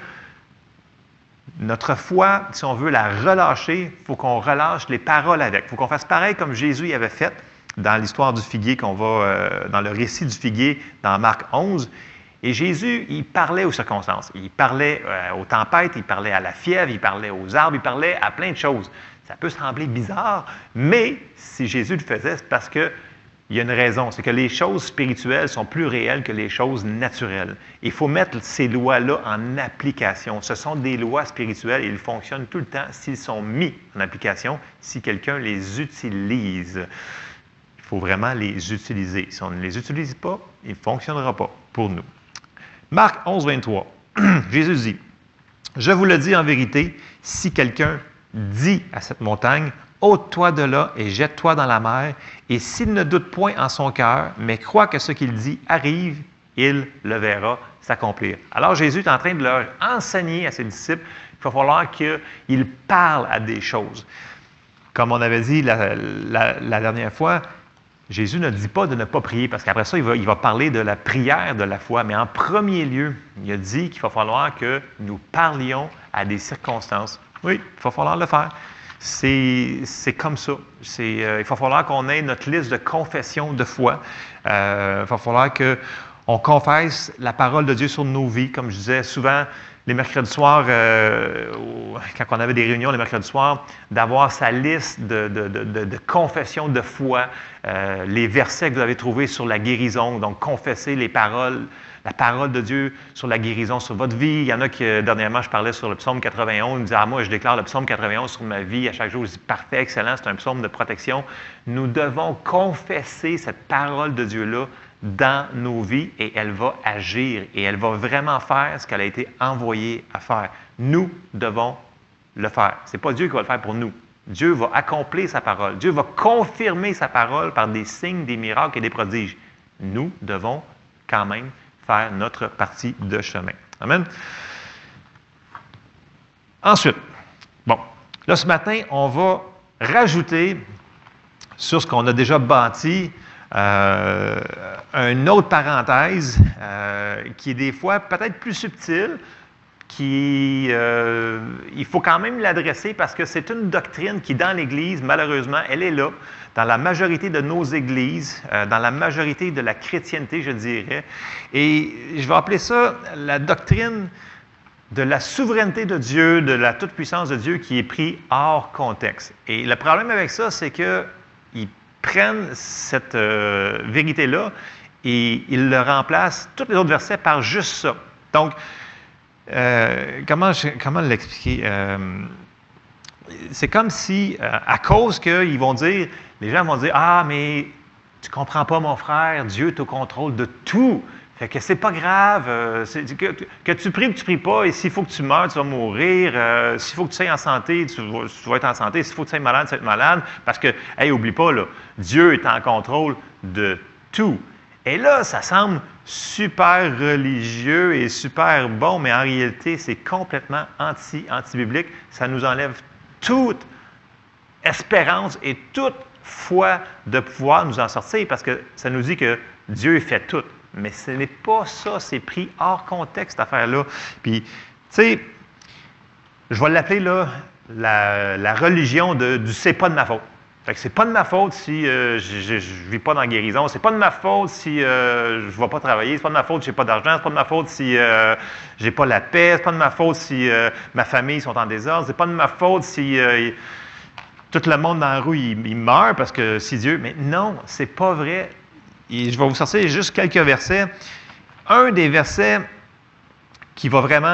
notre foi, si on veut la relâcher, il faut qu'on relâche les paroles avec. Il faut qu'on fasse pareil comme Jésus y avait fait dans l'histoire du figuier, dans le récit du figuier dans Marc 11. Et Jésus, il parlait aux circonstances. Il parlait aux tempêtes, il parlait à la fièvre, il parlait aux arbres, il parlait à plein de choses. Ça peut sembler bizarre, mais si Jésus le faisait, c'est parce qu'il y a une raison. C'est que les choses spirituelles sont plus réelles que les choses naturelles. Il faut mettre ces lois-là en application. Ce sont des lois spirituelles et ils fonctionnent tout le temps s'ils sont mis en application, si quelqu'un les utilise. Il faut vraiment les utiliser. Si on ne les utilise pas, il ne fonctionnera pas pour nous. Marc 11, 23. Jésus dit, « Je vous le dis en vérité, si quelqu'un dit à cette montagne, « Ôte-toi de là et jette-toi dans la mer, et s'il ne doute point en son cœur, mais croit que ce qu'il dit arrive, il le verra s'accomplir. » Alors Jésus est en train de leur enseigner à ses disciples qu'il va falloir qu'ils parlent à des choses. Comme on avait dit la dernière fois, Jésus ne dit pas de ne pas prier, parce qu'après ça, il va parler de la prière de la foi. Mais en premier lieu, il a dit qu'il va falloir que nous parlions à des circonstances. Oui, il va falloir le faire. C'est comme ça. Il va falloir qu'on ait notre liste de confession de foi. Il va falloir qu'on confesse la parole de Dieu sur nos vies. Comme je disais souvent, les mercredis soirs, quand on avait des réunions les mercredis soirs, d'avoir sa liste de confession de foi, les versets que vous avez trouvés sur la guérison, donc confesser les paroles, la parole de Dieu sur la guérison, sur votre vie. Il y en a qui, dernièrement, je parlais sur le psaume 91, ils me disaient, « Ah, moi, je déclare le psaume 91 sur ma vie à chaque jour. » Je dis, « Parfait, excellent, c'est un psaume de protection. » Nous devons confesser cette parole de Dieu-là dans nos vies et elle va agir et elle va vraiment faire ce qu'elle a été envoyée à faire. Nous devons le faire. Ce n'est pas Dieu qui va le faire pour nous. Dieu va accomplir sa parole. Dieu va confirmer sa parole par des signes, des miracles et des prodiges. Nous devons quand même faire notre partie de chemin. Amen. Ensuite, bon, là ce matin, on va rajouter sur ce qu'on a déjà bâti une autre parenthèse qui est des fois peut-être plus subtile, il faut quand même l'adresser parce que c'est une doctrine qui, dans l'Église, malheureusement, elle est là, dans la majorité de nos églises, dans la majorité de la chrétienté, je dirais. Et je vais appeler ça la doctrine de la souveraineté de Dieu, de la toute-puissance de Dieu qui est prise hors contexte. Et le problème avec ça, c'est qu'ils prennent cette vérité-là et ils le remplacent, tous les autres versets, par juste ça. Donc, comment l'expliquer? C'est comme si, à cause qu'ils vont dire, les gens vont dire, « Ah, mais tu ne comprends pas, mon frère, Dieu est au contrôle de tout. Fait que c'est pas grave. Que tu pries ou que tu ne pries pas, et s'il faut que tu meurs, tu vas mourir. S'il faut que tu sois en santé, tu vas être en santé. S'il faut que tu sois malade, tu vas être malade. Parce que, hey, oublie pas, là, Dieu est en contrôle de tout. » Et là, ça semble super religieux et super bon, mais en réalité, c'est complètement anti-biblique. Ça nous enlève toute espérance et toute foi de pouvoir nous en sortir parce que ça nous dit que Dieu fait tout. Mais ce n'est pas ça, c'est pris hors contexte, cette affaire-là. Puis, tu sais, je vais l'appeler là la religion du « c'est pas de ma faute ». Fait que c'est pas de ma faute si je ne vis pas dans la guérison. C'est pas de ma faute si je ne vais pas travailler. C'est pas de ma faute si je n'ai pas d'argent. C'est pas de ma faute si je n'ai pas la paix. C'est pas de ma faute si ma famille sont en désordre. C'est pas de ma faute si tout le monde dans la rue il meurt parce que si Dieu. Mais non, c'est pas vrai. Et je vais vous sortir juste quelques versets. Un des versets qui va vraiment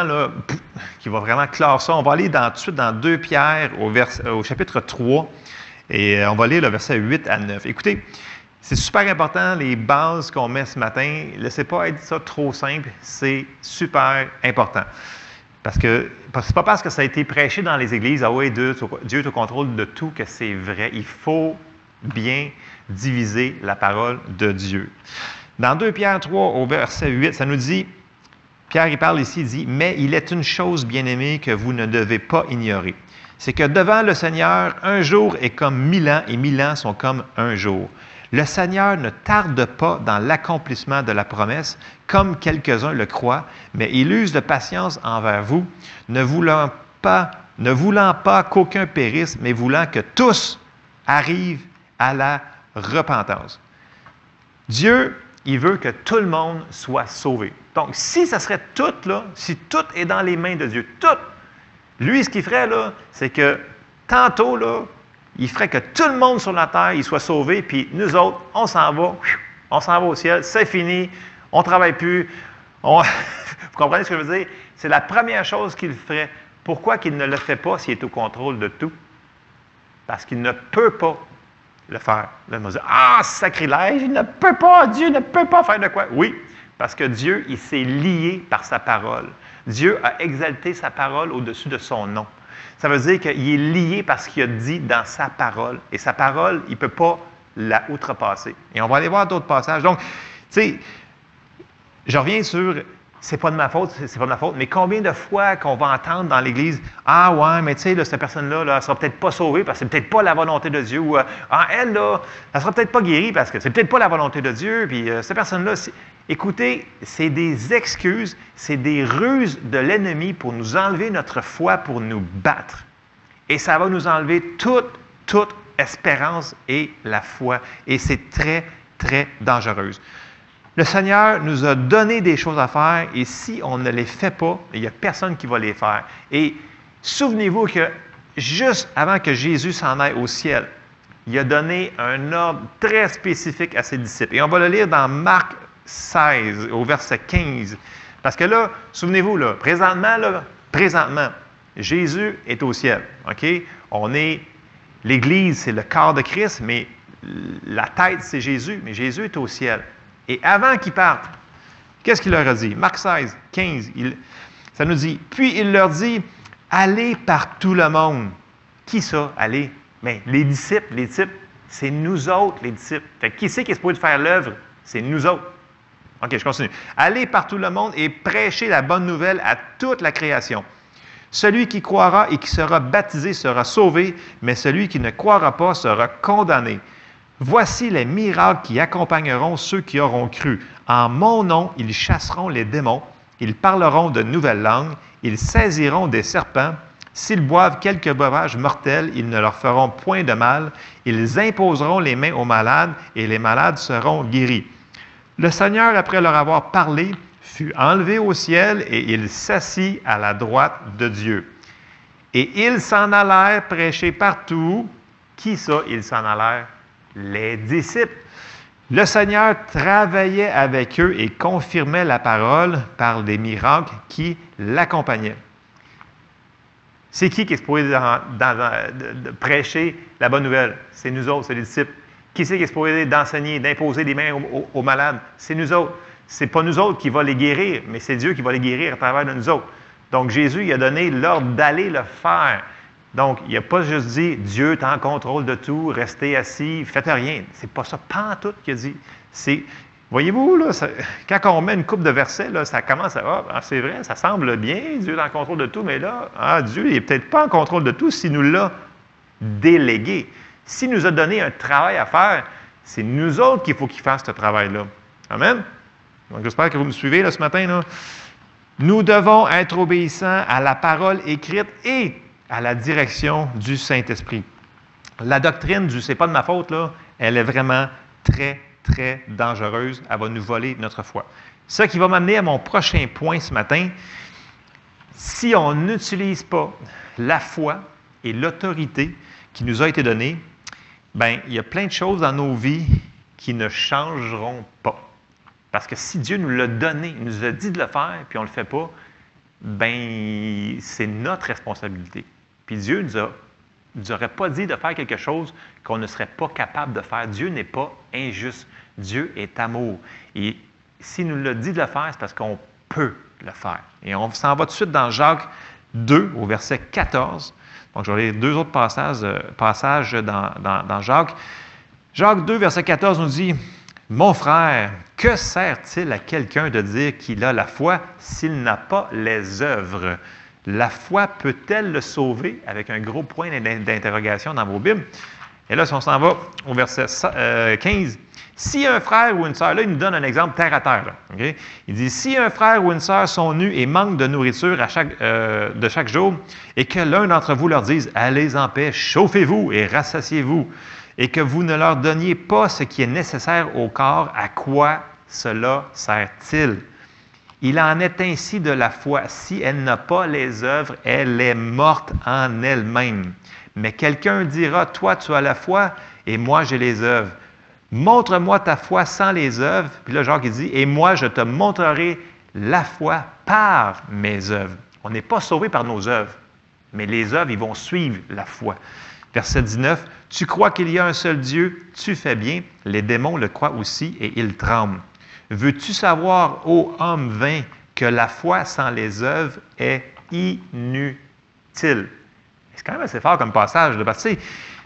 clore ça. On va aller tout de suite dans 2 Pierre au chapitre 3. Et on va lire le verset 8 à 9. Écoutez, c'est super important, les bases qu'on met ce matin. Laissez pas être ça trop simple, c'est super important. Parce que c'est pas parce que ça a été prêché dans les églises, ah oui, Dieu est au contrôle de tout, que c'est vrai. Il faut bien diviser la parole de Dieu. Dans 2 Pierre 3, au verset 8, ça nous dit, Pierre il parle ici, il dit, « Mais il est une chose, bien-aimée, que vous ne devez pas ignorer. C'est que devant le Seigneur, un jour est comme 1000 ans et 1000 ans sont comme un jour. Le Seigneur ne tarde pas dans l'accomplissement de la promesse, comme quelques-uns le croient, mais il use de patience envers vous, ne voulant pas qu'aucun périsse, mais voulant que tous arrivent à la repentance. » Dieu, il veut que tout le monde soit sauvé. Donc, si ça serait tout, là, si tout est dans les mains de Dieu, tout, lui, ce qu'il ferait, là, c'est que tantôt, là, il ferait que tout le monde sur la terre, il soit sauvé, puis nous autres, on s'en va au ciel, c'est fini, on ne travaille plus. Vous comprenez ce que je veux dire? C'est la première chose qu'il ferait. Pourquoi qu'il ne le fait pas s'il est au contrôle de tout? Parce qu'il ne peut pas le faire. Là, on va dire, ah, sacrilège, il ne peut pas, Dieu ne peut pas faire de quoi? Oui, parce que Dieu, il s'est lié par sa parole. Dieu a exalté sa parole au-dessus de son nom. Ça veut dire qu'il est lié parce qu'il a dit dans sa parole. Et sa parole, il ne peut pas la outrepasser. Et on va aller voir d'autres passages. Donc, tu sais, je reviens sur c'est pas de ma faute, c'est pas de ma faute, mais combien de fois qu'on va entendre dans l'Église, ah ouais, mais tu sais, là, cette personne-là, là, elle ne sera peut-être pas sauvée parce que c'est peut-être pas la volonté de Dieu, ou ah, elle, là, elle ne sera peut-être pas guérie parce que c'est peut-être pas la volonté de Dieu, puis cette personne-là, écoutez, c'est des excuses, c'est des ruses de l'ennemi pour nous enlever notre foi, pour nous battre. Et ça va nous enlever toute espérance et la foi. Et c'est très, très dangereuse. Le Seigneur nous a donné des choses à faire et si on ne les fait pas, il n'y a personne qui va les faire. Et souvenez-vous que juste avant que Jésus s'en aille au ciel, il a donné un ordre très spécifique à ses disciples. Et on va le lire dans Marc 16, au verset 15. Parce que là, souvenez-vous, là, présentement, Jésus est au ciel. OK? L'Église, c'est le corps de Christ, mais la tête, c'est Jésus. Mais Jésus est au ciel. Et avant qu'il parte, qu'est-ce qu'il leur a dit? Marc 16, 15, ça nous dit, « Puis il leur dit, allez par tout le monde. » Qui ça, allez? Bien, les disciples, c'est nous autres, les disciples. Fait que qui c'est qui est supposé faire l'œuvre? C'est nous autres. OK, je continue. « Allez par tout le monde et prêchez la bonne nouvelle à toute la création. Celui qui croira et qui sera baptisé sera sauvé, mais celui qui ne croira pas sera condamné. Voici les miracles qui accompagneront ceux qui auront cru. En mon nom, ils chasseront les démons. Ils parleront de nouvelles langues. Ils saisiront des serpents. S'ils boivent quelques breuvages mortels, ils ne leur feront point de mal. Ils imposeront les mains aux malades et les malades seront guéris. Le Seigneur, après leur avoir parlé, fut enlevé au ciel et il s'assit à la droite de Dieu. Et ils s'en allèrent prêcher partout. Qui ça, ils s'en allèrent? Les disciples. Le Seigneur travaillait avec eux et confirmait la parole par des miracles qui l'accompagnaient. C'est qui est supposé de prêcher la bonne nouvelle? C'est nous autres, c'est les disciples. Qui c'est qui est supposé d'enseigner, d'imposer les mains aux malades? C'est nous autres. Ce n'est pas nous autres qui va les guérir, mais c'est Dieu qui va les guérir à travers de nous autres. Donc, Jésus, il a donné l'ordre d'aller le faire. Donc, il n'a pas juste dit « Dieu est en contrôle de tout, restez assis, faites rien ». C'est pas ça, pantoute qu'il a dit. C'est, voyez-vous, là, quand on met une coupe de versets, là, ça commence à « Ah, c'est vrai, ça semble bien, Dieu est en contrôle de tout, mais là, Dieu n'est peut-être pas en contrôle de tout s'il nous l'a délégué. S'il nous a donné un travail à faire, c'est nous autres qu'il faut qu'il fasse ce travail-là. Amen? Donc, j'espère que vous me suivez là, ce matin. Là. Nous devons être obéissants à la parole écrite et à la direction du Saint-Esprit. La doctrine du « c'est pas de ma faute », là, elle est vraiment très, très dangereuse. Elle va nous voler notre foi. Ça qui va m'amener à mon prochain point ce matin. Si on n'utilise pas la foi et l'autorité qui nous a été donnée, bien, il y a plein de choses dans nos vies qui ne changeront pas. Parce que si Dieu nous l'a donné, il nous a dit de le faire, puis on ne le fait pas, bien, c'est notre responsabilité. Puis Dieu ne nous aurait pas dit de faire quelque chose qu'on ne serait pas capable de faire. Dieu n'est pas injuste. Dieu est amour. Et s'il nous l'a dit de le faire, c'est parce qu'on peut le faire. Et on s'en va tout de suite dans Jacques 2, au verset 14. Donc, je vais lire deux autres passages dans Jacques. Jacques 2, verset 14 nous dit « Mon frère, que sert-il à quelqu'un de dire qu'il a la foi s'il n'a pas les œuvres? La foi peut-elle le sauver? » Avec un gros point d'interrogation dans vos Bibles. Et là, si on s'en va au verset 15, « Si un frère ou une sœur, là, il nous donne un exemple terre à terre. Là, okay? Il dit, si un frère ou une sœur sont nus et manquent de nourriture de chaque jour, et que l'un d'entre vous leur dise, allez en paix, chauffez-vous et rassasiez-vous, et que vous ne leur donniez pas ce qui est nécessaire au corps, à quoi cela sert-il? Il en est ainsi de la foi. Si elle n'a pas les œuvres, elle est morte en elle-même. Mais quelqu'un dira, toi, tu as la foi, et moi, j'ai les œuvres. Montre-moi ta foi sans les œuvres. Puis là, Jacques, il dit, et moi, je te montrerai la foi par mes œuvres. On n'est pas sauvé par nos œuvres, mais les œuvres, ils vont suivre la foi. Verset 19, tu crois qu'il y a un seul Dieu, tu fais bien, les démons le croient aussi et ils tremblent. Veux-tu savoir, ô homme vain, que la foi sans les œuvres est inutile? C'est quand même assez fort comme passage, là, parce que,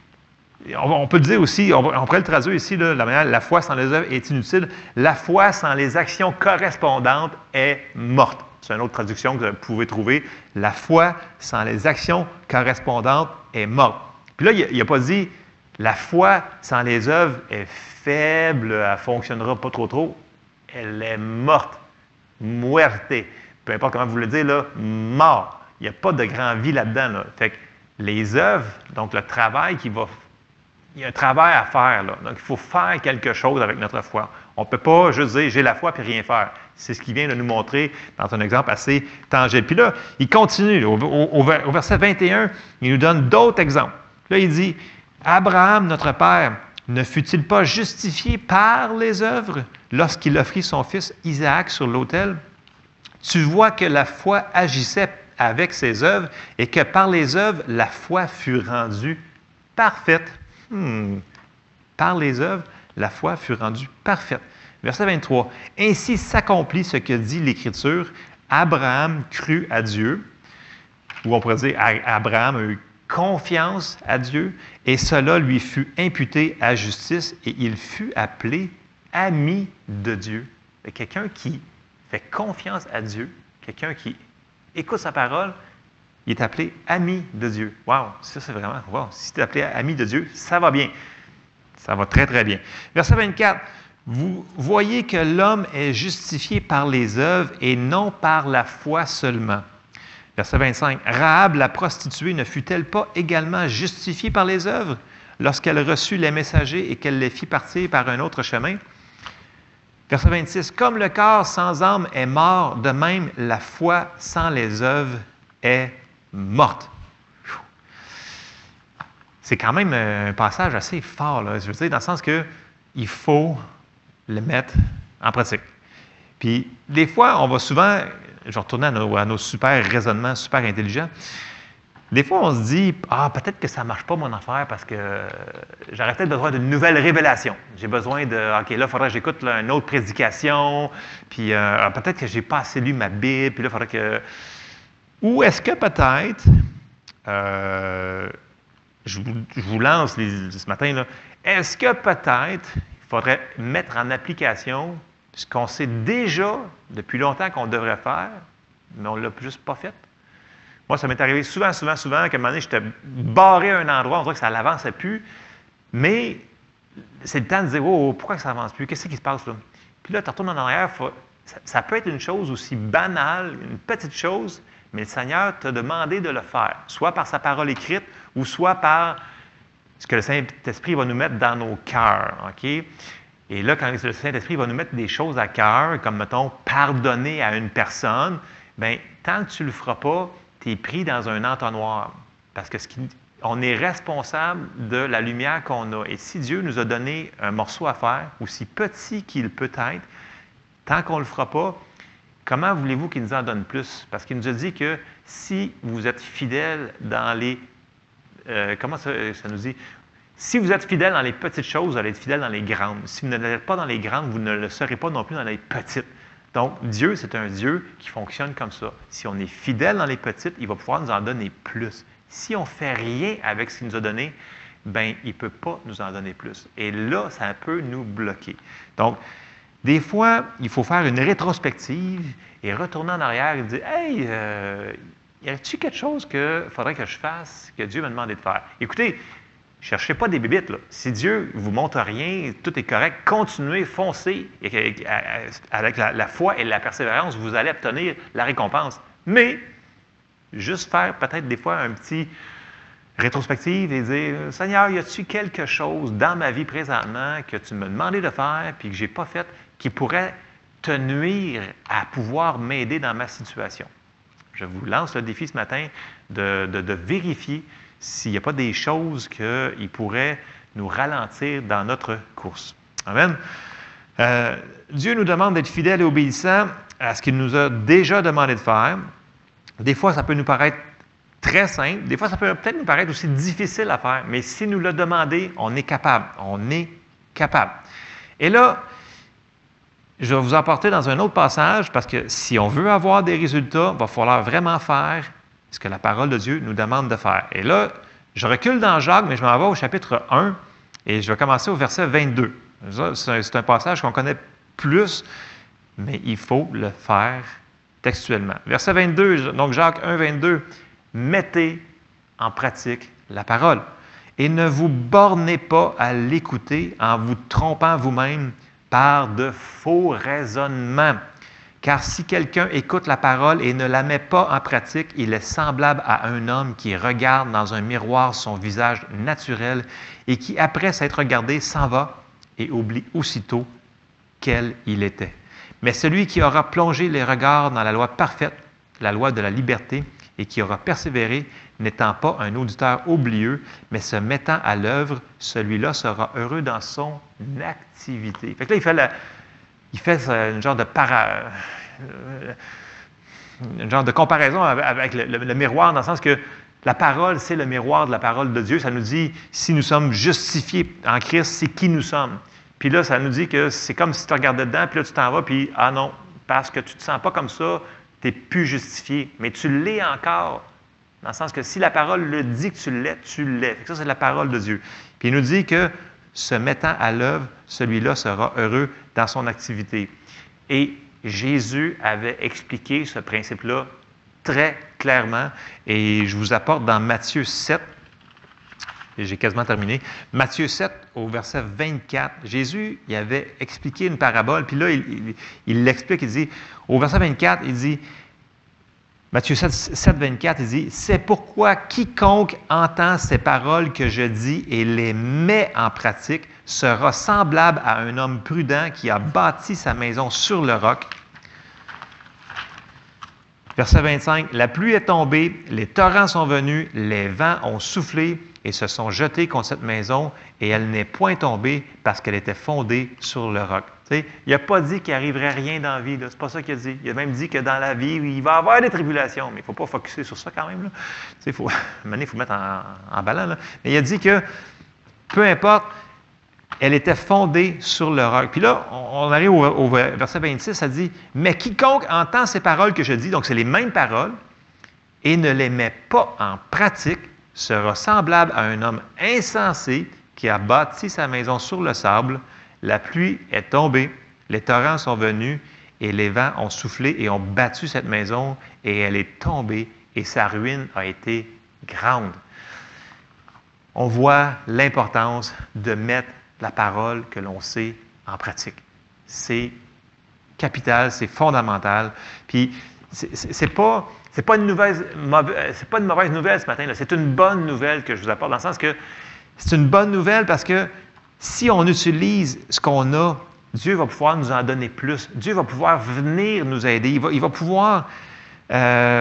on peut le dire aussi, on pourrait le traduire ici, là, la manière, la foi sans les œuvres est inutile. La foi sans les actions correspondantes est morte. C'est une autre traduction que vous pouvez trouver. La foi sans les actions correspondantes est morte. Puis là, il n'a pas dit la foi sans les œuvres est faible, elle ne fonctionnera pas trop. Elle est morte. Muerte. Peu importe comment vous le dites, là, mort. Il n'y a pas de grand vie là-dedans. Là. Fait que les œuvres, donc le travail il y a un travail à faire. Là. Donc, il faut faire quelque chose avec notre foi. On ne peut pas juste dire « j'ai la foi » puis rien faire. C'est ce qu'il vient de nous montrer dans un exemple assez tangible. Puis là, il continue. Au verset 21, il nous donne d'autres exemples. Là, il dit « Abraham, notre père, ne fut-il pas justifié par les œuvres lorsqu'il offrit son fils Isaac sur l'autel? Tu vois que la foi agissait avec ses œuvres et que par les œuvres, la foi fut rendue parfaite. » Par les œuvres, la foi fut rendue parfaite. Verset 23. Ainsi s'accomplit ce que dit l'Écriture. Abraham crut à Dieu, ou on pourrait dire Abraham a eu confiance à Dieu, et cela lui fut imputé à justice, et il fut appelé ami de Dieu. Quelqu'un qui fait confiance à Dieu, quelqu'un qui écoute sa parole, il est appelé ami de Dieu. Wow, ça c'est vraiment, wow, si tu es appelé ami de Dieu, ça va bien. Ça va très, très bien. Verset 24. Vous voyez que l'homme est justifié par les œuvres et non par la foi seulement. Verset 25. Rahab, la prostituée, ne fut-elle pas également justifiée par les œuvres lorsqu'elle reçut les messagers et qu'elle les fit partir par un autre chemin? Verset 26. Comme le corps sans âme est mort, de même la foi sans les œuvres est morte. C'est quand même un passage assez fort, là, je veux dire, dans le sens qu'il faut le mettre en pratique. Puis, des fois, on va souvent, je vais retourner à nos super raisonnements, super intelligents. Des fois, on se dit, peut-être que ça ne marche pas mon affaire parce que j'aurais peut-être besoin d'une nouvelle révélation. J'ai besoin de, OK, là, il faudrait que j'écoute une autre prédication, puis peut-être que je n'ai pas assez lu ma Bible, puis là, il faudrait que... Ou est-ce que peut-être, je vous lance ce matin, là, est-ce que peut-être il faudrait mettre en application ce qu'on sait déjà depuis longtemps qu'on devrait faire, mais on ne l'a juste pas fait? Moi, ça m'est arrivé souvent, qu'à un moment donné, j'étais barré à un endroit, on dirait que ça n'avançait plus, mais c'est le temps de dire, pourquoi ça n'avance plus? Qu'est-ce qui se passe là? Puis là, tu retournes en arrière, ça peut être une chose aussi banale, une petite chose, mais le Seigneur t'a demandé de le faire, soit par sa parole écrite ou soit par ce que le Saint-Esprit va nous mettre dans nos cœurs. OK? Et là, quand le Saint-Esprit va nous mettre des choses à cœur, comme, mettons, pardonner à une personne, bien, tant que tu ne le feras pas, tu es pris dans un entonnoir. Parce que on est responsable de la lumière qu'on a. Et si Dieu nous a donné un morceau à faire, aussi petit qu'il peut être, tant qu'on ne le fera pas, comment voulez-vous qu'il nous en donne plus? Parce qu'il nous a dit que si vous êtes fidèle dans les... comment ça nous dit? Si vous êtes fidèle dans les petites choses, vous allez être fidèle dans les grandes. Si vous ne l'êtes pas dans les grandes, vous ne le serez pas non plus dans les petites. Donc, Dieu, c'est un Dieu qui fonctionne comme ça. Si on est fidèle dans les petites, il va pouvoir nous en donner plus. Si on ne fait rien avec ce qu'il nous a donné, bien, il ne peut pas nous en donner plus. Et là, ça peut nous bloquer. Donc, des fois, il faut faire une rétrospective et retourner en arrière et dire « Hey, y a-t-il quelque chose qu'il faudrait que je fasse, que Dieu m'a demandé de faire? » Écoutez, ne cherchez pas des bébites, là. Si Dieu ne vous montre rien, tout est correct, continuez, foncez. Et avec la foi et la persévérance, vous allez obtenir la récompense. Mais, juste faire peut-être des fois un petit rétrospective et dire « Seigneur, y a-t-il quelque chose dans ma vie présentement que tu m'as demandé de faire puis que je n'ai pas fait qui pourrait te nuire à pouvoir m'aider dans ma situation? » Je vous lance le défi ce matin de vérifier s'il n'y a pas des choses qui pourraient nous ralentir dans notre course. Amen. Dieu nous demande d'être fidèles et obéissants à ce qu'il nous a déjà demandé de faire. Des fois, ça peut nous paraître très simple. Des fois, ça peut peut-être nous paraître aussi difficile à faire. Mais s'il nous l'a demandé, on est capable. On est capable. Et là, je vais vous emporter dans un autre passage parce que si on veut avoir des résultats, il va falloir vraiment faire ce que la parole de Dieu nous demande de faire. Et là, je recule dans Jacques, mais je m'en vais au chapitre 1 et je vais commencer au verset 22. C'est un passage qu'on connaît plus, mais il faut le faire textuellement. Verset 22, donc Jacques 1, 22. « Mettez en pratique la parole et ne vous bornez pas à l'écouter en vous trompant vous-même par de faux raisonnements. Car si quelqu'un écoute la parole et ne la met pas en pratique, il est semblable à un homme qui regarde dans un miroir son visage naturel et qui, après s'être regardé, s'en va et oublie aussitôt quel il était. Mais celui qui aura plongé les regards dans la loi parfaite, la loi de la liberté, et qui aura persévéré, n'étant pas un auditeur oublieux, mais se mettant à l'œuvre, celui-là sera heureux dans son activité. » Fait que là, il fait une genre de comparaison avec le miroir, dans le sens que la parole, c'est le miroir de la parole de Dieu. Ça nous dit, si nous sommes justifiés en Christ, c'est qui nous sommes. Puis là, ça nous dit que c'est comme si tu regardais dedans, puis là, tu t'en vas, puis ah non, parce que tu ne te sens pas comme ça, tu n'es plus justifié. Mais tu l'es encore, dans le sens que si la parole le dit que tu l'es, tu l'es. Ça, c'est la parole de Dieu. Puis il nous dit que se mettant à l'œuvre, celui-là sera heureux dans son activité. Et Jésus avait expliqué ce principe-là très clairement, et je vous apporte dans Matthieu 7. et j'ai quasiment terminé. Matthieu 7, au verset 24, Jésus, il avait expliqué une parabole, puis là, il l'explique, il dit, au verset 24, il dit, Matthieu 7, 24, il dit, « C'est pourquoi quiconque entend ces paroles que je dis et les met en pratique sera semblable à un homme prudent qui a bâti sa maison sur le roc. » Verset 25, « La pluie est tombée, les torrents sont venus, les vents ont soufflé et se sont jetés contre cette maison, et elle n'est point tombée parce qu'elle était fondée sur le roc. » Il n'a pas dit qu'il n'arriverait rien dans la vie. Ce n'est pas ça qu'il a dit. Il a même dit que dans la vie, il va y avoir des tribulations. Mais il ne faut pas focusser sur ça quand même. Là. Il faut mettre en balance. Là. Mais il a dit que, peu importe, elle était fondée sur le roc. Puis là, on arrive au verset 26, ça dit, « Mais quiconque entend ces paroles que je dis, donc c'est les mêmes paroles, et ne les met pas en pratique, sera semblable à un homme insensé qui a bâti sa maison sur le sable. La pluie est tombée, les torrents sont venus, et les vents ont soufflé et ont battu cette maison, et elle est tombée, et sa ruine a été grande. » On voit l'importance de mettre la parole que l'on sait en pratique. C'est capital, c'est fondamental. Puis, c'est pas une mauvaise nouvelle ce matin, là. C'est une bonne nouvelle que je vous apporte, dans le sens que c'est une bonne nouvelle parce que si on utilise ce qu'on a, Dieu va pouvoir nous en donner plus. Dieu va pouvoir venir nous aider. Il va pouvoir... tu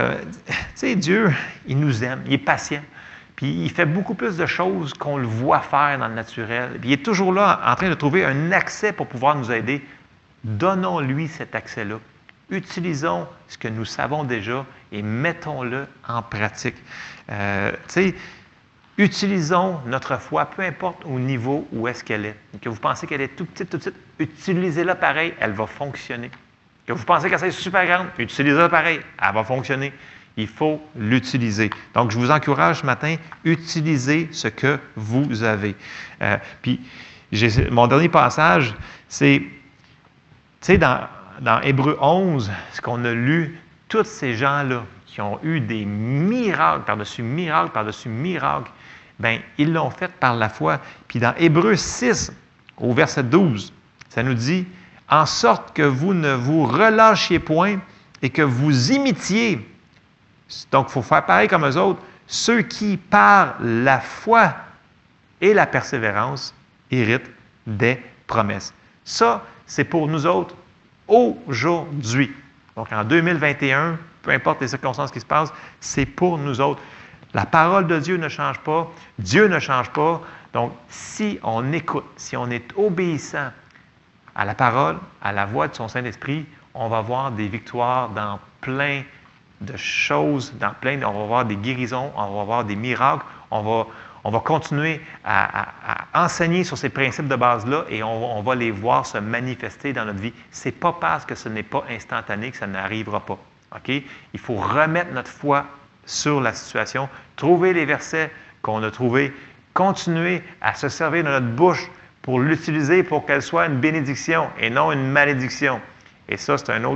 sais, Dieu, il nous aime, il est patient. Puis il fait beaucoup plus de choses qu'on le voit faire dans le naturel. Puis il est toujours là en train de trouver un accès pour pouvoir nous aider. Donnons-lui cet accès-là. Utilisons ce que nous savons déjà et mettons-le en pratique. Tu sais, utilisons notre foi, peu importe au niveau où est-ce qu'elle est. Que vous pensez qu'elle est tout petite, utilisez-la pareil, elle va fonctionner. Que vous pensez qu'elle est super grande, utilisez-la pareil, elle va fonctionner. Il faut l'utiliser. Donc, je vous encourage ce matin, utilisez ce que vous avez. Puis, mon dernier passage, c'est, tu sais, dans Hébreux 11, ce qu'on a lu, tous ces gens-là qui ont eu des miracles par-dessus miracles, par-dessus miracles, bien, ils l'ont fait par la foi. Puis dans Hébreux 6, au verset 12, ça nous dit, « En sorte que vous ne vous relâchiez point et que vous imitiez. » Donc, il faut faire pareil comme eux autres. Ceux qui, par la foi et la persévérance, héritent des promesses. Ça, c'est pour nous autres aujourd'hui. Donc, en 2021, peu importe les circonstances qui se passent, c'est pour nous autres. La parole de Dieu ne change pas. Dieu ne change pas. Donc, si on écoute, si on est obéissant à la parole, à la voix de son Saint-Esprit, on va voir des victoires dans plein de choses, on va voir des guérisons, on va voir des miracles, on va continuer à enseigner sur ces principes de base-là et on va les voir se manifester dans notre vie. Ce n'est pas parce que ce n'est pas instantané que ça n'arrivera pas. Okay? Il faut remettre notre foi sur la situation, trouver les versets qu'on a trouvés, continuer à se servir de notre bouche pour l'utiliser pour qu'elle soit une bénédiction et non une malédiction. Et ça, c'est un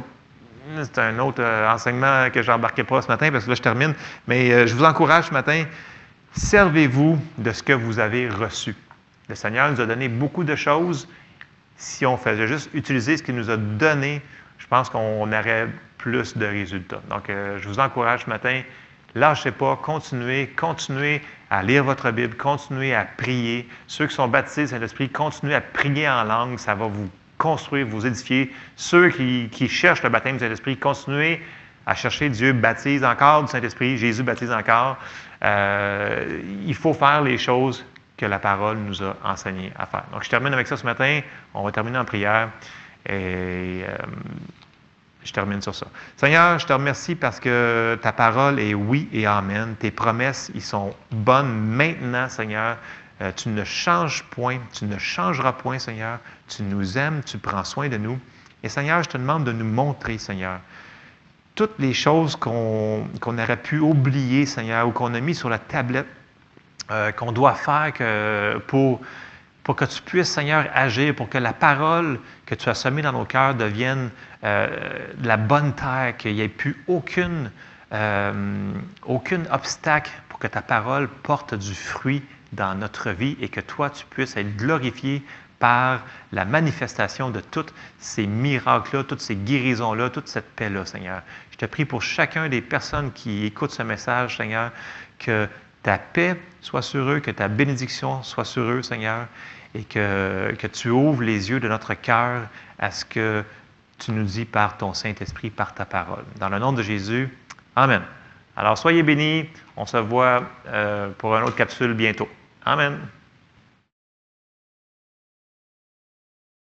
autre enseignement que je n'embarquerai pas ce matin parce que là, je termine. Mais je vous encourage ce matin, servez-vous de ce que vous avez reçu. Le Seigneur nous a donné beaucoup de choses. Si on faisait juste utiliser ce qu'il nous a donné, je pense qu'on aurait plus de résultats. Donc, je vous encourage ce matin, lâchez pas, continuez à lire votre Bible, continuez à prier. Ceux qui sont baptisés Saint-Esprit, continuez à prier en langue, ça va vous construire, vous édifier. Ceux qui cherchent le baptême du Saint-Esprit, continuez à chercher Dieu baptise encore du Saint-Esprit, Jésus baptise encore. Il faut faire les choses que la parole nous a enseigné à faire. Donc, je termine avec ça ce matin. On va terminer en prière et je termine sur ça. Seigneur, je te remercie parce que ta parole est oui et amen. Tes promesses, ils sont bonnes maintenant, Seigneur. Tu ne changes point, tu ne changeras point, Seigneur. Tu nous aimes, tu prends soin de nous. Et Seigneur, je te demande de nous montrer, Seigneur, toutes les choses qu'on aurait pu oublier, Seigneur, ou qu'on a mis sur la tablette, qu'on doit faire pour que tu puisses, Seigneur, agir, pour que la parole que tu as semée dans nos cœurs devienne de la bonne terre, qu'il n'y ait plus aucun obstacle pour que ta parole porte du fruit dans notre vie et que toi, tu puisses être glorifié par la manifestation de tous ces miracles-là, toutes ces guérisons-là, toute cette paix-là, Seigneur. Je te prie pour chacun des personnes qui écoutent ce message, Seigneur, que ta paix soit sur eux, que ta bénédiction soit sur eux, Seigneur, et que tu ouvres les yeux de notre cœur à ce que tu nous dis par ton Saint-Esprit, par ta parole. Dans le nom de Jésus, Amen. Alors, soyez bénis. On se voit pour une autre capsule bientôt. Amen.